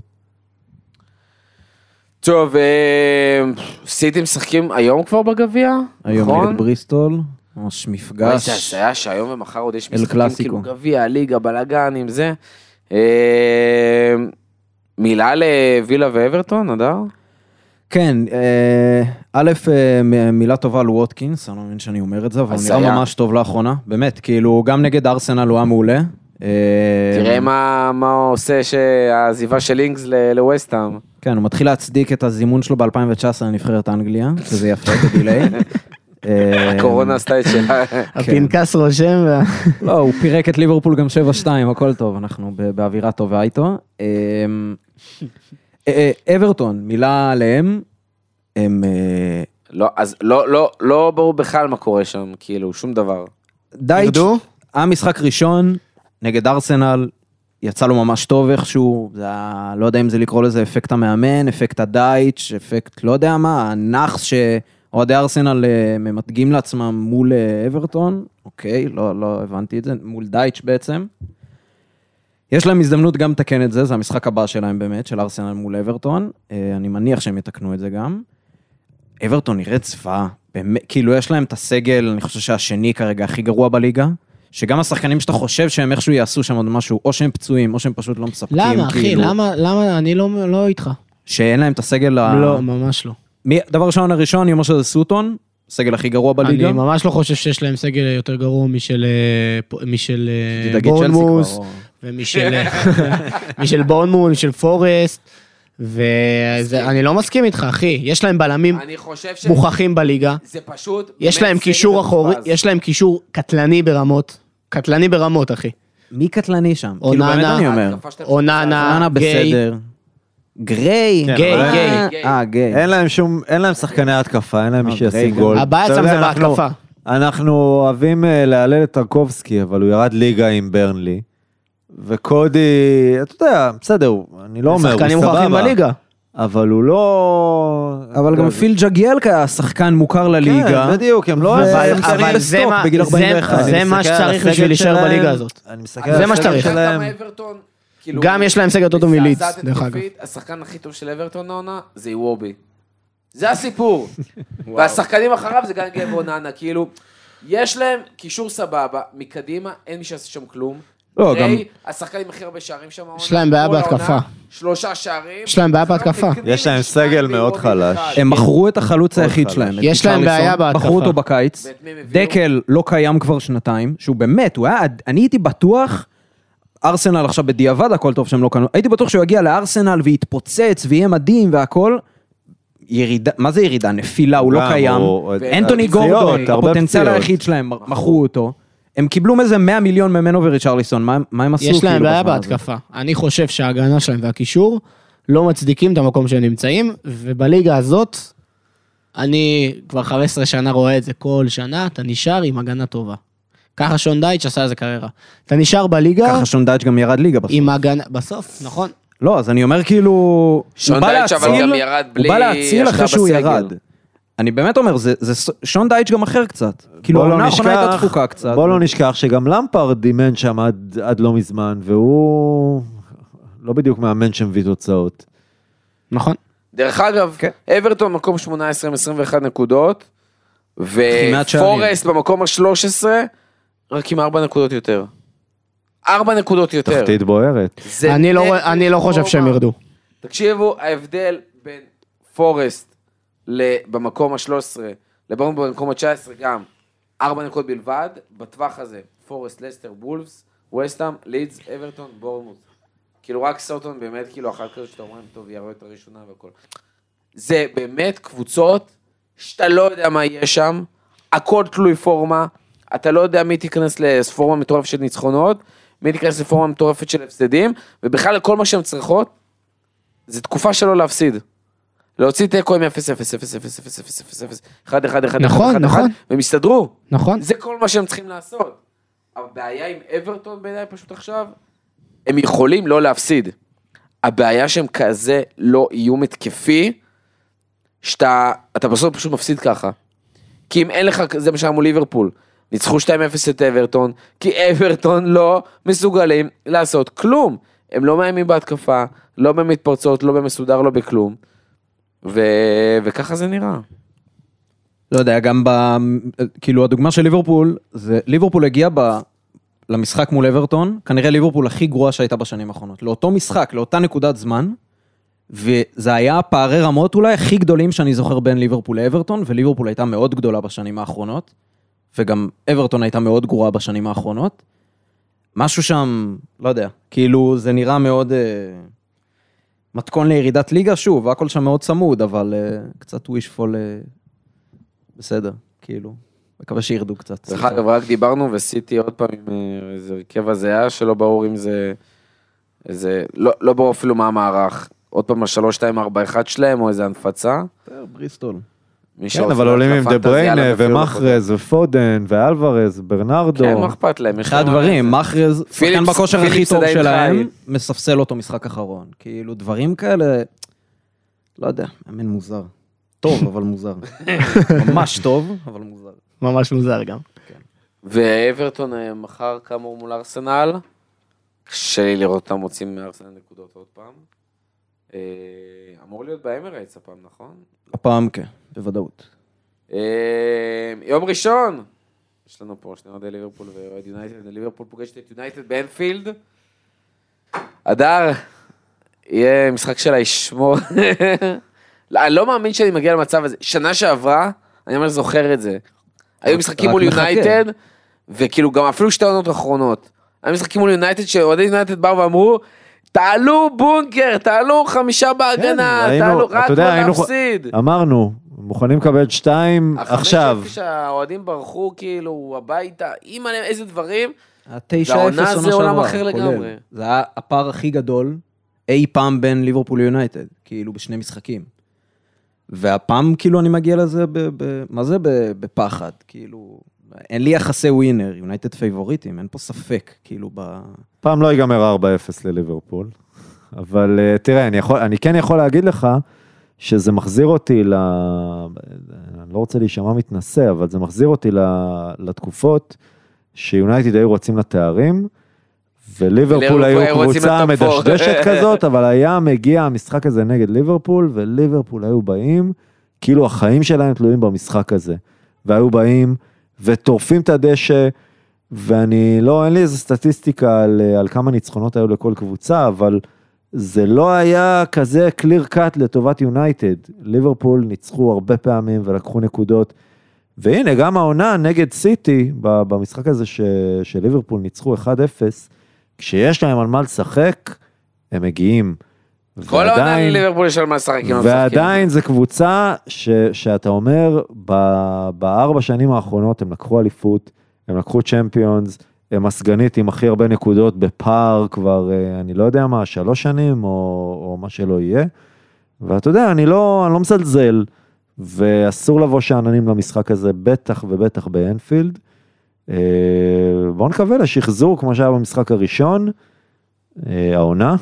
טוב, סיטי משחקים היום כבר בגביע? היום נגד בריסטול, ממש מפגש. זה היה שהיום ומחר עוד יש משחקים כאילו גביע, ליגה, בלגן עם זה. מילה לווילה ואברטון, נדע? כן, א', מילה טובה על ווטקינס, אני לא מבין שאני אומר את זה, אבל נראה ממש טוב לאחרונה, באמת, כאילו גם נגד ארסנל הוא היה מעולה. תראה מה עושה שהעזיבה של אינגס לווסטהאם. כן, הוא מתחיל להצדיק את הזימון שלו ב-2019 לנבחרת אנגליה, שזה יפה בדילי. הקורונה עשתה את שלה. הפנקס רושם. לא, הוא פירק את ליברפול גם 7-2, הכל טוב, אנחנו באווירה טובה איתו. אברטון, מילה עליהם, הם... לא, אז לא ברור בכלל מה קורה שם, כאילו, שום דבר. דייץ', המשחק ראשון, נגד ארסנל, יצא לו ממש טוב איכשהו, לא יודע אם זה לקרוא לזה אפקט המאמן, אפקט הדייץ', אפקט לא יודע מה, הנחס שאוהדי ארסנל ממתגים לעצמם מול אברטון, אוקיי, לא הבנתי את זה, מול דייץ' בעצם. יש להם הזדמנות גם לתקן את זה, זה המשחק הבא שלהם באמת, של ארסנל מול אברטון, אני מניח שהם יתקנו את זה גם. אברטון נראית צבא, כאילו יש להם את הסגל, אני חושב שהשני כרגע הכי גרוע בליגה, שגם השחקנים שאתה חושב שהם איכשהו יעשו שם עוד משהו, או שהם פצועים, או שהם פשוט לא מספקים. למה, אחי? למה? אני לא איתך. שאין להם את הסגל... לא, ממש לא. דבר ראשון הראשון, אני אומר שזה סוטון, הסגל הכי גרוע בליגה. אני ממש לא חושב שיש להם סגל יותר גרוע משל בורנמוס, ומשל בורנמוס, משל פורסט, ואני לא מסכים איתך, אחי. יש להם בלמים מוכחים בליגה. זה פשוט... יש להם קישור אחורי, יש להם קישור קטלני ברמות. קטלני ברמות, אחי. מי קטלני שם? אוננה, כאילו באמת אני אומר. אוננה, גיי. בסדר. גריי. גיי. אין להם שחקני התקפה, אין להם מי שישים גול. הבעיה אצלם זה בהתקפה. אנחנו אוהבים להלל את טרקובסקי, אבל הוא ירד ליגה עם ברנלי. וקודי, אתה יודע, בסדר, אני לא אומר, הוא שחקנים מוכחים בליגה. אבל הוא לא... אבל גם פיל ג'גיאלקה היה שחקן מוכר לליגה. כן, בדיוק, הם לא... אבל זה מה שצריך בשביל להישאר בליגה הזאת. זה מה שצריך. גם יש להם סגל יותר טוב מליץ, דרך אגב. השחקן הכי טוב של אברטון העונה זה איוובי. זה הסיפור. והשחקנים אחריו זה גם גיא ואוננה, כאילו, יש להם קישור סבבה, מקדימה, אין מי שעשה שם כלום. לא, גם... השחקנים הכי הרבה שערים שם. יש להם בעיה בהתקפה. 3 שערים. יש להם בעיה בהתקפה. יש להם סגל מאוד חלש. הם מכרו את החלוץ היחיד שלהם. יש להם בעיה בהתקפה. מכרו אותו בקיץ. דקל לא קיים כבר שנתיים, שהוא באמת, אני הייתי בטוח, ארסנל עכשיו בדיעבד, הכל טוב שהם לא קנו, הייתי בטוח שהוא יגיע לארסנל ויתפוצץ ויהיה מדהים והכל, ירידה, מה זה ירידה? נפילה, הוא לא קיים. אנטוני גורדון, הפוטנציאל היחיד שלהם, מכרו אותו. הם קיבלו איזה 100 מיליון ממנו וריצ'רליסון, מה הם עשו? יש להם בעיה בהתקפה. אני חושב שההגנה שלהם והקישור לא מצדיקים את המקום שהם נמצאים, ובליגה הזאת, אני כבר 15 שנה רואה את זה כל שנה, אתה נשאר עם הגנה טובה. ככה שון דייץ' עשה איזה קריירה. אתה נשאר בליגה... ככה שון דייץ' גם ירד ליגה בסוף. עם הגנה... בסוף, נכון. לא, אז אני אומר כאילו... שון דייץ' אבל גם ירד בלי... הוא בא להציל אחרי שהוא ירד. אני באמת אומר, זה שון דייץ' גם אחר קצת. כאילו, העונה האחרונה הייתה תפוקה קצת. בוא לא נשכח שגם למפרד אימן שם עד לא מזמן, והוא לא בדיוק מאמן שמביא תוצאות. נכון. דרך אגב, אברטון מקום 18 עם 21 נקודות, ופורסט במקום ה-13, רק עם 4 נקודות יותר. 4 נקודות יותר. תחתית בוערת. אני לא חושב שהם ירדו. תקשיבו, ההבדל בין פורסט במקום ה-13, לברון במקום ה-19 גם 4 נקודות בלבד, בטווח הזה, פורסט, לסטר, וולפס, ווסטהאם, לידס, אברטון, בורנמות'. כאילו רק סאוטון באמת, כאילו אחר כך שאתה אומר, טוב, יראו את הראשונה והכל. זה באמת קבוצות שאתה לא יודע מה יהיה שם, הכל תלוי פורמה, אתה לא יודע מי תיכנס לפורמה מטורפת של ניצחונות, מי תיכנס לפורמה מטורפת של הפסדים, ובכלל כל מה שהן צריכות, זה תקופה שלא להפסיד. להוציא תיקו עם 0-0, 0-0, 0-0, 0-0, 1-1, 1-1, נכון, נכון. והם הסתדרו. נכון. זה כל מה שהם צריכים לעשות. הבעיה עם אברטון בעיניי פשוט עכשיו, הם יכולים לא להפסיד. הבעיה שהם כזה לא איום התקפי, שאתה בסוף פשוט מפסיד ככה. כי אם אין לך, זה מה שאמרו ליברפול, ניצחו 2-0 את אברטון, כי אברטון לא מסוגלים לעשות כלום. הם לא מאיימים בהתקפה, לא במתפרצות, לא במסודר, לא בכלום. וככה זה נראה. לא יודע, גם כאילו הדוגמה של ליברפול, זה ליברפול הגיע למשחק מול אברטון, כנראה ליברפול הכי גרועה שהייתה בשנים האחרונות. לאותו משחק, לאותה נקודת זמן, וזה היה פערי רמות אולי הכי גדולים שאני זוכר בין ליברפול לאברטון, וליברפול הייתה מאוד גדולה בשנים האחרונות, וגם אברטון הייתה מאוד גרועה בשנים האחרונות. משהו שם, לא יודע, כאילו זה נראה מאוד מתכון לירידת ליגה, שוב, הכל שם מאוד צמוד, אבל קצת wishful, בסדר, כאילו, מקווה שירדו קצת. דרך אגב, רק דיברנו וסיטי עוד פעם עם איזה הרכב הזהה, שלא ברור אם זה, לא ברור אפילו מה המערך, עוד פעם ה-3-2-4-1 שלהם, או איזה הנפצה. בריסטול. כן, אבל עולים עם דה בריינה ומחרז ופודן ואלוורז, ברנרדו. כן, מה אכפת להם? אחד הדברים, מחרז, שחקן בכושר הכי טוב שלהם, מספסל אותו משחק אחרון. כאילו, דברים כאלה, לא יודע, אמן מוזר. טוב, אבל מוזר. ממש טוב, אבל מוזר. ממש מוזר גם. ואברטון מחר כאמור מול ארסנל, קשה לי לראות אותם מוצאים מארסנל נקודות עוד פעם. אמור להיות באמרייטס הפעם, נכון? הפעם כן, בוודאות. יום ראשון, יש לנו פה שני אוהדי ליברפול ואוהד יונייטד, ליברפול פוגשת את יונייטד באנפילד. אדר, יהיה משחק שלה ישמור. אני לא מאמין שאני מגיע למצב הזה. שנה שעברה, אני ממש זוכר את זה. היו משחקים מול יונייטד, וכאילו גם אפילו 2 עונות אחרונות. היו משחקים מול יונייטד, שאוהדי יונייטד באו ואמרו, תעלו בונקר, תעלו 5 בהגנה, תעלו רק לא להפסיד. אמרנו, מוכנים לקבל 2 עכשיו. החמש שהאוהדים ברחו כאילו הביתה, עם איזה דברים, 9-0 והעונה זה עולם אחר לגמרי. זה היה הפער הכי גדול אי פעם בין ליברפול ליונייטד, כאילו בשני משחקים. והפעם כאילו אני מגיע לזה, מה זה בפחד? כאילו, אין לי יחסי ווינר, יונייטד פייבוריטים, אין פה ספק, כאילו פעם לא ייגמר 4-0 לליברפול, אבל תראה, אני כן יכול להגיד לך, שזה מחזיר אותי אני לא רוצה להישמע מתנשא, אבל זה מחזיר אותי לתקופות, שיונייטד היו רוצים לתארים, וליברפול היו קבוצה מדשדשת כזאת, אבל היה מגיע המשחק הזה נגד ליברפול, וליברפול היו באים, כאילו החיים שלהם תלויים במשחק הזה, והיו באים וטורפים את הדשא, ואני אין לי איזו סטטיסטיקה על כמה ניצחונות היו לכל קבוצה, אבל זה לא היה כזה קליר קאט לטובת יונייטד. ליברפול ניצחו הרבה פעמים ולקחו נקודות, והנה גם העונה נגד סיטי, במשחק הזה שליברפול ניצחו 1-0, כשיש להם על מה לשחק, הם מגיעים. כל העונה ליברפול יש על מה לשחק. ועדיין זה קבוצה שאתה אומר, ב4 שנים האחרונות הם לקחו אליפות, הם לקחו צ'מפיונס, הם הסגנית עם הכי הרבה נקודות בפאר כבר, אני לא יודע מה, 3 שנים או מה שלא יהיה. ואתה יודע, אני לא מזלזל, ואסור לבוא שעננים למשחק הזה, בטח ובטח באנפילד. בואו נקווה לשחזור כמו שהיה במשחק הראשון, העונה,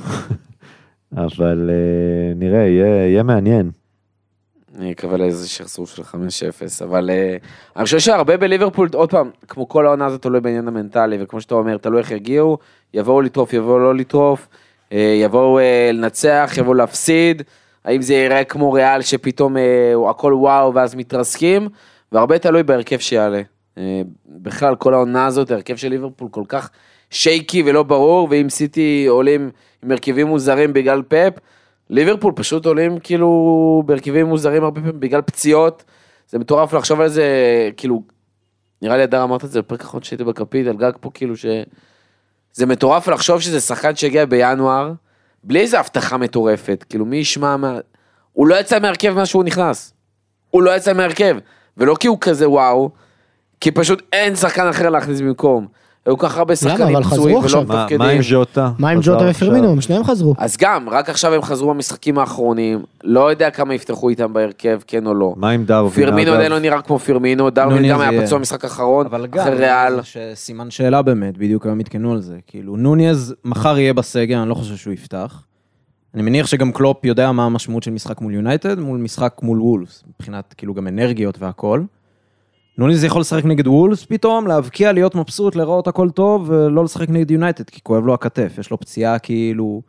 אבל נראה, יהיה מעניין. אני אקווה לאיזה שחזור של 5-0, אבל אני חושב שהרבה בליברפול, עוד פעם, כמו כל העונה הזאת תלוי בעניין המנטלי, וכמו שאתה אומר, תלוי איך יגיעו, יבואו לטרוף, יבואו לא לטרוף, יבואו לנצח, יבואו להפסיד, האם זה יראה כמו ריאל שפתאום הכל וואו ואז מתרסקים, והרבה תלוי בהרכב שיעלה. בכלל כל העונה הזאת, ההרכב של ליברפול כל כך שייקי ולא ברור, ואם סיטי עולים עם הרכבים מוזרים בגלל פאפ, ליברפול פשוט עולים כאילו בהרכבים מוזרים הרבה פעמים בגלל פציעות, זה מטורף לחשוב על זה, כאילו, נראה לי הדר אמרת את זה בפרק אחרון שהייתי בקפיט, על גג פה כאילו זה מטורף לחשוב שזה שחקן שהגיע בינואר, בלי איזו הבטחה מטורפת, כאילו מי ישמע, הוא לא יצא מהרכב מה שהוא נכנס, הוא לא יצא מהרכב, ולא כי הוא כזה וואו, כי פשוט אין שחקן אחר להכניס במקום, היו כך הרבה שחקנים פצועים ולא מתפקדים. מה עם ג'וטה? מה עם ג'וטה ופרמינו? הם שניהם חזרו. אז גם, רק עכשיו הם חזרו במשחקים האחרונים, לא יודע כמה יפתחו איתם בהרכב, כן או לא. מה עם דרווין? פרמינו עדיין לא נראה כמו פרמינו, דרווין גם היה פצוע במשחק האחרון, אחרי ריאל. סימן שאלה באמת, בדיוק הם התקנו על זה. כאילו, נוניז מחר יהיה בסגל, אני לא חושב שהוא יפתח. אני מניח שגם קלופ יודע מה המשמעות של משחק מול יונייטד, מול משחק מול וולפס, מבחינת כאילו גם אנרגיות והכל. נוניז יכול לשחק נגד וולס פתאום, להבקיע, להיות מבסוט, לראות הכל טוב, ולא לשחק נגד יונייטד, כי כואב לו הכתף, יש לו פציעה כאילו,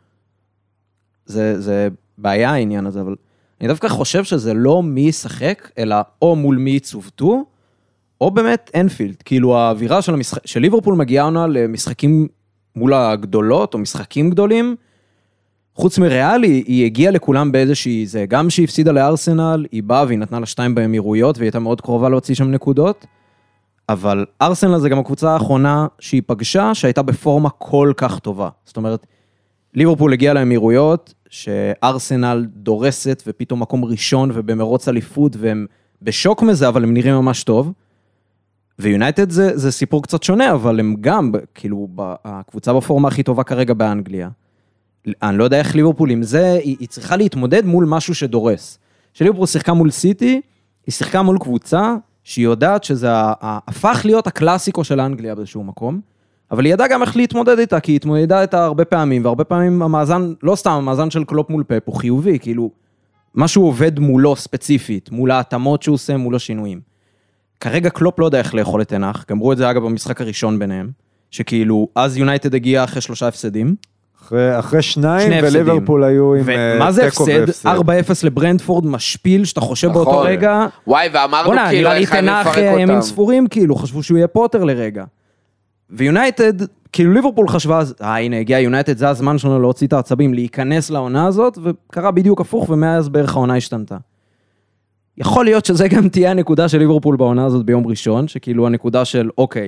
זה בעיה העניין הזה, אבל אני דווקא חושב שזה לא מי ישחק, אלא או מול מי יצובטו, או באמת אנפילד, כאילו האווירה של ליברפול מגיעה עונה למשחקים מול הגדולות, או משחקים גדולים, חוץ מריאל, היא הגיעה לכולם באיזושהי, זה גם שהיא הפסידה לארסנל, היא באה והיא נתנה לה 2 באמירויות, והיא הייתה מאוד קרובה להוציא שם נקודות, אבל ארסנל זה גם הקבוצה האחרונה שהיא פגשה, שהייתה בפורמה כל כך טובה. זאת אומרת, ליברפול הגיעה לאמירויות, שארסנל דורסת, ופתאום מקום ראשון, ובמרוץ אליפות, והם בשוק מזה, אבל הם נראים ממש טוב, ויונייטד זה סיפור קצת שונה, אבל הם גם, כאילו, הקבוצה בפורמה הכי טובה כרגע באנגליה, אני לא יודע איך ליברפול עם זה, היא צריכה להתמודד מול משהו שדורס. שליברפול שיחקה מול סיטי, היא שיחקה מול קבוצה, שהיא יודעת שזה הפך להיות הקלאסיקו של האנגליה באיזשהו מקום, אבל היא ידעה גם איך להתמודד איתה, כי היא התמודדה איתה הרבה פעמים, והרבה פעמים המאזן, לא סתם, המאזן של קלופ מול פאפ הוא חיובי, כאילו, משהו עובד מולו ספציפית, מול ההתאמות שהוא עושה, מול השינויים. כרגע קלופ לא יודע איך לאכול את תנח, גמרו את זה אגב במשחק הראשון ביניהם, שכאילו, אז יונייטד הגיע אחרי 3 הפסדים, אחרי 2 וליברפול היו עם ומה זה הפסד? 4-0 לברנדפורד, משפיל, שאתה חושב באותו רגע. וואי, ואמרנו כאילו, איך חייבים לפרק אותם. ימים ספורים, כאילו, חשבו שהוא יהיה פוטר לרגע. ויונייטד, כאילו ליברפול חשבה, הנה, הגיע יונייטד, זה הזמן שלנו להוציא את העצבים, להיכנס לעונה הזאת, וקרה בדיוק הפוך, ומאז בערך העונה השתנתה. יכול להיות שזה גם תהיה הנקודה של ליברפול בעונה הזאת ביום ראשון, שכאילו הנקודה של, אוקיי,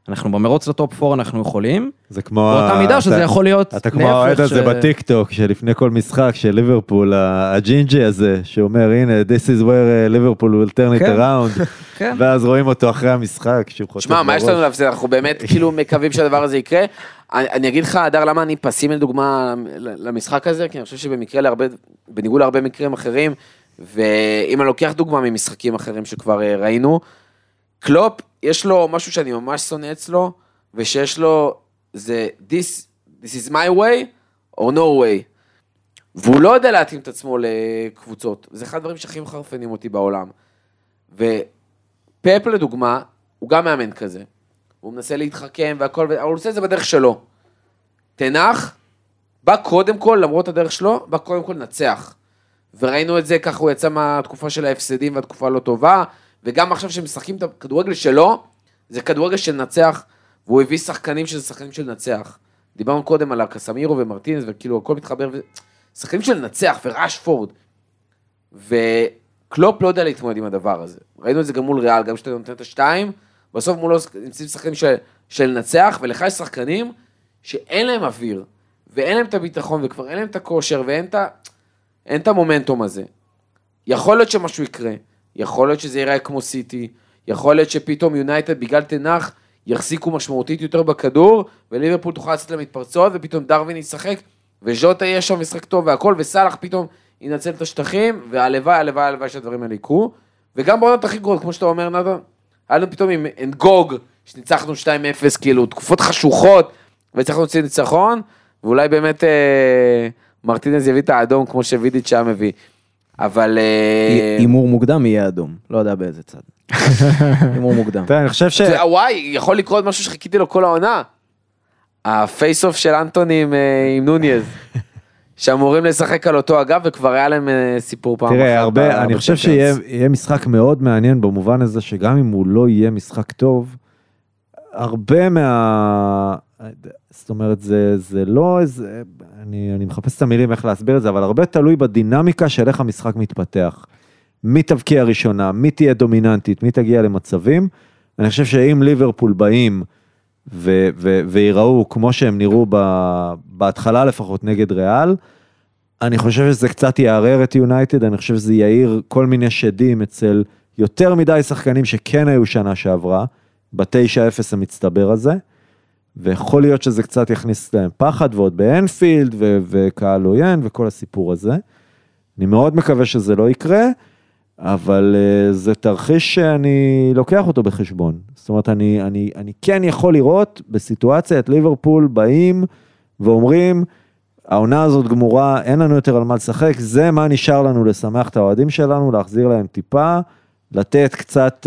אנחנו במרוץ לטופ 4 אנחנו יכולים, זה כמו... באותה מידה שזה יכול להיות אתה כמו האוהד הזה בטיקטוק, שלפני כל משחק של ליברפול, הג'ינג'י הזה, שאומר, הנה, this is where Liverpool will turn it around, ואז רואים אותו אחרי המשחק, שהוא חוטף בראש. שמע, מה יש לנו להפסיד? אנחנו באמת כאילו מקווים שהדבר הזה יקרה. אני אגיד לך, אדר, למה אני פסימי לדוגמה למשחק הזה, כי אני חושב שבמקרה בניגוד להרבה מקרים אחרים, ואם אני לוקח דוגמה ממשחקים אחרים שכבר ראינו, קלופ, יש לו משהו שאני ממש שונא אצלו, ושיש לו, זה this is my way or no way. והוא לא יודע להתאים את עצמו לקבוצות. זה אחד הדברים שהכי מחרפנים אותי בעולם. ופפ לדוגמה, הוא גם מאמן כזה. הוא מנסה להתחכם והכל, אבל הוא עושה את זה בדרך שלו. תנח, בא קודם כל, למרות הדרך שלו, בא קודם כל נצח. וראינו את זה, ככה הוא יצא מהתקופה של ההפסדים והתקופה לא טובה, וגם עכשיו שמשחקים את הכדורגל שלו, זה כדורגל של נצח, והוא הביא שחקנים שזה שחקנים של נצח. דיברנו קודם על קסמירו ומרטינס, וכאילו הכל מתחבר, שחקנים של נצח ורשפורד, וקלופ לא יודע להתמודד עם הדבר הזה. ראינו את זה גם מול ריאל, גם שאתה נותן את השתיים, בסוף מולו נמצאים שחקנים של נצח, ולך יש שחקנים שאין להם אוויר, ואין להם את הביטחון, וכבר אין להם את הכושר, ואין את המומנטום הזה. יכול להיות שמשהו יקרה, יכול להיות שזה ייראה כמו סיטי, יכול להיות שפתאום יונייטד בגלל תנח יחזיקו משמעותית יותר בכדור, וליברפול תוכל לצאת למתפרצות, ופתאום דרווין ישחק, וז'וטה יהיה שם משחק טוב והכל, וסלח פתאום ינצל את השטחים, והלוואי שהדברים האלה יקרו, וגם בעונות הכי גרועות, כמו שאתה אומר, נתן, היה לנו פתאום עם אנגוג, שניצחנו 2-0, כאילו, תקופות חשוכות, וצריך להוציא ניצחון, ואולי באמת מרטינז יביא את האדום, כמו שווידיץ' שם מביא. אבל... אימור מוקדם יהיה אדום, לא יודע באיזה צד. אימור מוקדם. אני חושב ש... וואי, יכול לקרות משהו שחיכיתי לו כל העונה. הפייס-אוף של אנטוני עם נוניז. שאמורים לשחק על אותו אגב, וכבר היה להם סיפור פעם. תראה, אני חושב שיהיה משחק מאוד מעניין, במובן הזה שגם אם הוא לא יהיה משחק טוב, הרבה זאת אומרת, זה לא איזה, אני מחפש את המילים איך להסביר את זה, אבל הרבה תלוי בדינמיקה של איך המשחק מתפתח. מי תבקיע ראשונה, מי תהיה דומיננטית, מי תגיע למצבים. אני חושב שאם ליברפול באים ויראו כמו שהם נראו בהתחלה לפחות נגד ריאל, אני חושב שזה קצת יערער את יונייטד, אני חושב שזה יעיר כל מיני שדים אצל יותר מדי שחקנים שכן היו שנה שעברה, ב-9-0 המצטבר הזה, ויכול להיות שזה קצת יכניס להם פחד, ועוד באנפילד, וקהל עוין, וכל הסיפור הזה. אני מאוד מקווה שזה לא יקרה, אבל זה תרחיש שאני לוקח אותו בחשבון. זאת אומרת, אני כן יכול לראות בסיטואציה את ליברפול באים ואומרים, העונה הזאת גמורה, אין לנו יותר על מה לשחק, זה מה נשאר לנו לשמח את האוהדים שלנו, להחזיר להם טיפה, לתת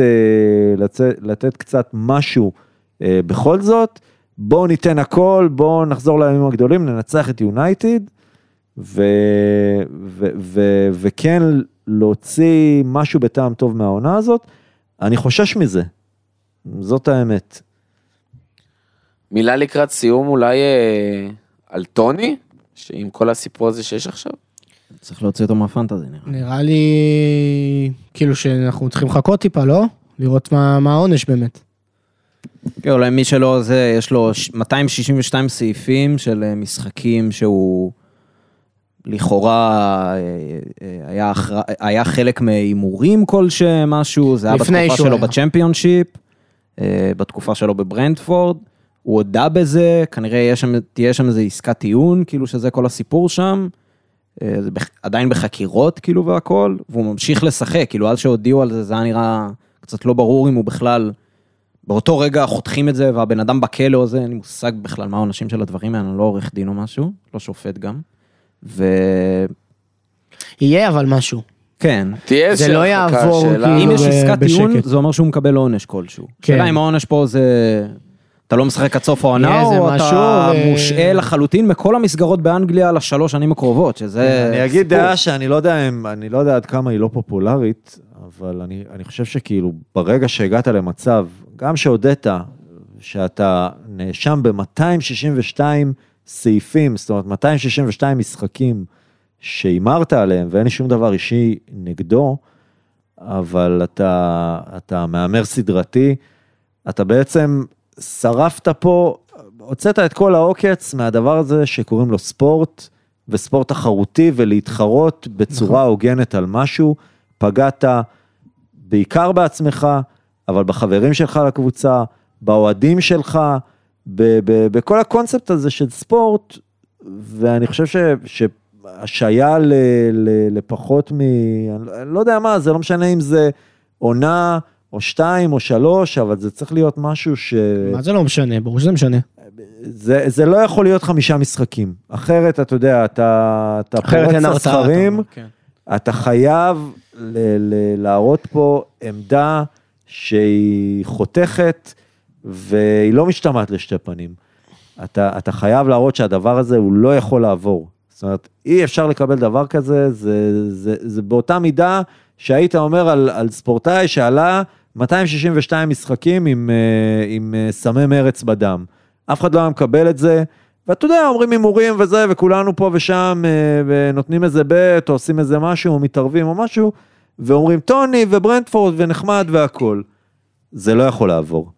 קצת משהו בכל זאת, בואו ניתן הכל, בואו נחזור לימים הגדולים, ננצח את יונייטד, וכן להוציא משהו בטעם טוב מהעונה הזאת, אני חושש מזה, זאת האמת. מילה לקראת סיום אולי על טוני, שעם כל הסיפור הזה שיש עכשיו? צריך להוציא אותו מהפנטזי. נראה לי כאילו שאנחנו צריכים לחכות טיפה, לא? לראות מה העונש באמת. כן, אולי מי שלא זה, יש לו 262 סעיפים של משחקים שהוא לכאורה היה חלק מהימורים כלשהו, זה היה בתקופה שלו בצ'מפיונשיפ, בתקופה שלו בברנדפורד, הוא הודע בזה, כנראה תהיה שם איזו עסקת טיעון, כאילו שזה כל הסיפור שם, זה עדיין בחקירות כאילו והכל, והוא ממשיך לשחק, כאילו אז שהודיעו על זה, זה היה נראה קצת לא ברור אם הוא בכלל, באותו רגע חותכים את זה, והבן אדם בכלא הזה, אין לי מושג בכלל מה העונשים של הדברים האלה, אני לא עורך דין או משהו, לא שופט גם, יהיה אבל משהו. כן. זה לא יעבור כאילו בשקט. אם יש עסקת טיעון, זה אומר שהוא מקבל עונש כלשהו. שאלה אם העונש פה זה, אתה לא משחק עד סוף העונה, או אתה מושעה לחלוטין מכל המסגרות באנגליה לשלוש שנים הקרובות, שזה... אני אגיד דעה שאני לא יודע עד כמה היא לא פופולרית, אבל אני חושב שכאילו ברגע שהגעת למצב, גם שהודעת שאתה נאשם ב-262 סעיפים, זאת אומרת 262 משחקים שאימרת עליהם, ואין לי שום דבר אישי נגדו, אבל אתה מאמר סדרתי, אתה בעצם שרפת פה, הוצאת את כל העוקץ מהדבר הזה שקוראים לו ספורט, וספורט תחרותי, ולהתחרות בצורה הוגנת על משהו, פגעת בעיקר בעצמך, אבל בחברים שלך לקבוצה, באוהדים שלך, בכל הקונספט הזה של ספורט, ואני חושב שהשהיה לפחות אני לא יודע מה, זה לא משנה אם זה עונה, או 2 או 3, אבל זה צריך להיות משהו מה זה לא משנה? ברור שזה משנה. זה לא יכול להיות 5 משחקים. אחרת, אתה יודע, אתה פורץ הספרים, אתה חייב להראות פה עמדה שהיא חותכת, והיא לא משתמעת לשתי פנים. אתה חייב להראות שהדבר הזה הוא לא יכול לעבור. זאת אומרת, אי אפשר לקבל דבר כזה, זה באותה מידה שהיית אומר על ספורטאי שעלה 262 משחקים עם סמי מרץ בדם. אף אחד לא היה מקבל את זה, ואתה יודע, אומרים הימורים וזה, וכולנו פה ושם נותנים איזה בית, או עושים איזה משהו, או מתערבים או משהו, ואומרים טוני וברנטפורד ונחמד והכל. זה לא יכול לעבור.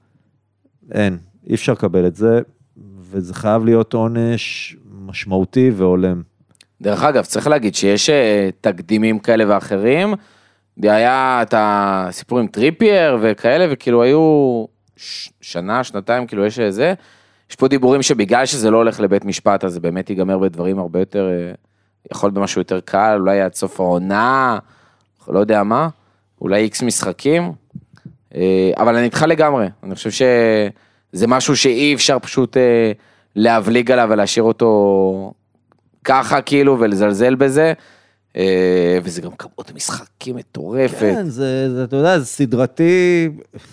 אי אפשר לקבל את זה, וזה חייב להיות עונש משמעותי והולם. דרך אגב, צריך להגיד שיש תקדימים כאלה ואחרים, היה את הסיפור עם טריפייר וכאלה, וכאילו היו שנה, שנתיים, כאילו יש איזה, יש פה דיבורים שבגלל שזה לא הולך לבית משפט, אז זה באמת ייגמר בדברים הרבה יותר, יכול במשהו יותר קל, אולי עד סוף העונה, לא יודע מה, אולי איקס משחקים, אבל אני איתך לגמרי, אני חושב שזה משהו שאי אפשר פשוט להבליג עליו ולהשאיר אותו ככה כאילו ולזלזל בזה, וזה גם כמות משחקים מטורפת. כן, זה, אתה יודע, זה סדרתי,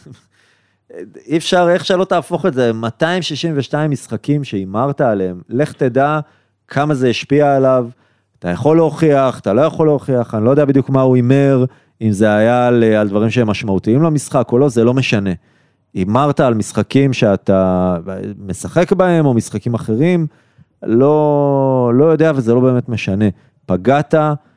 אי אפשר, איך שלא תהפוך את זה, 262 משחקים שהימרת עליהם, לך תדע כמה זה השפיע עליו, אתה יכול להוכיח, אתה לא יכול להוכיח, אני לא יודע בדיוק מה הוא הימר, אם זה היה על דברים שהם משמעותיים למשחק או לא, זה לא משנה. הימרת על משחקים שאתה משחק בהם, או משחקים אחרים, לא יודע, וזה לא באמת משנה. פגעת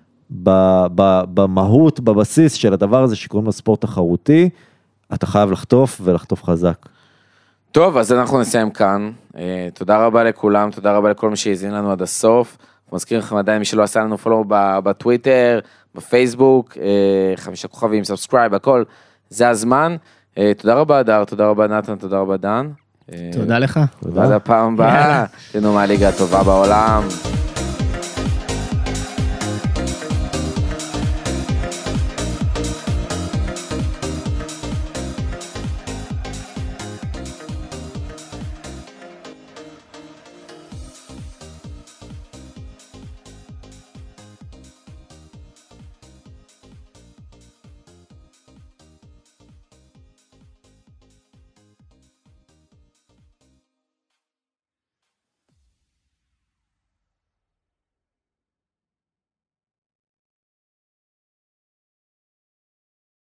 במהות, בבסיס של הדבר הזה שקוראים לו ספורט תחרותי, אתה חייב לחטוף ולחטוף חזק. טוב, אז אנחנו נסיים כאן. תודה רבה לכולם, תודה רבה לכל מי שהזין לנו עד הסוף. מזכיר לכם עדיין, מי שלא עשה לנו פולו בטוויטר, בפייסבוק, 5 כוכבים, סאבסקרייב, הכל, זה הזמן. תודה רבה אדר, תודה רבה נתן, תודה רבה דן. תודה לך. תודה. עד הפעם הבאה, תנו מהליגה הטובה בעולם.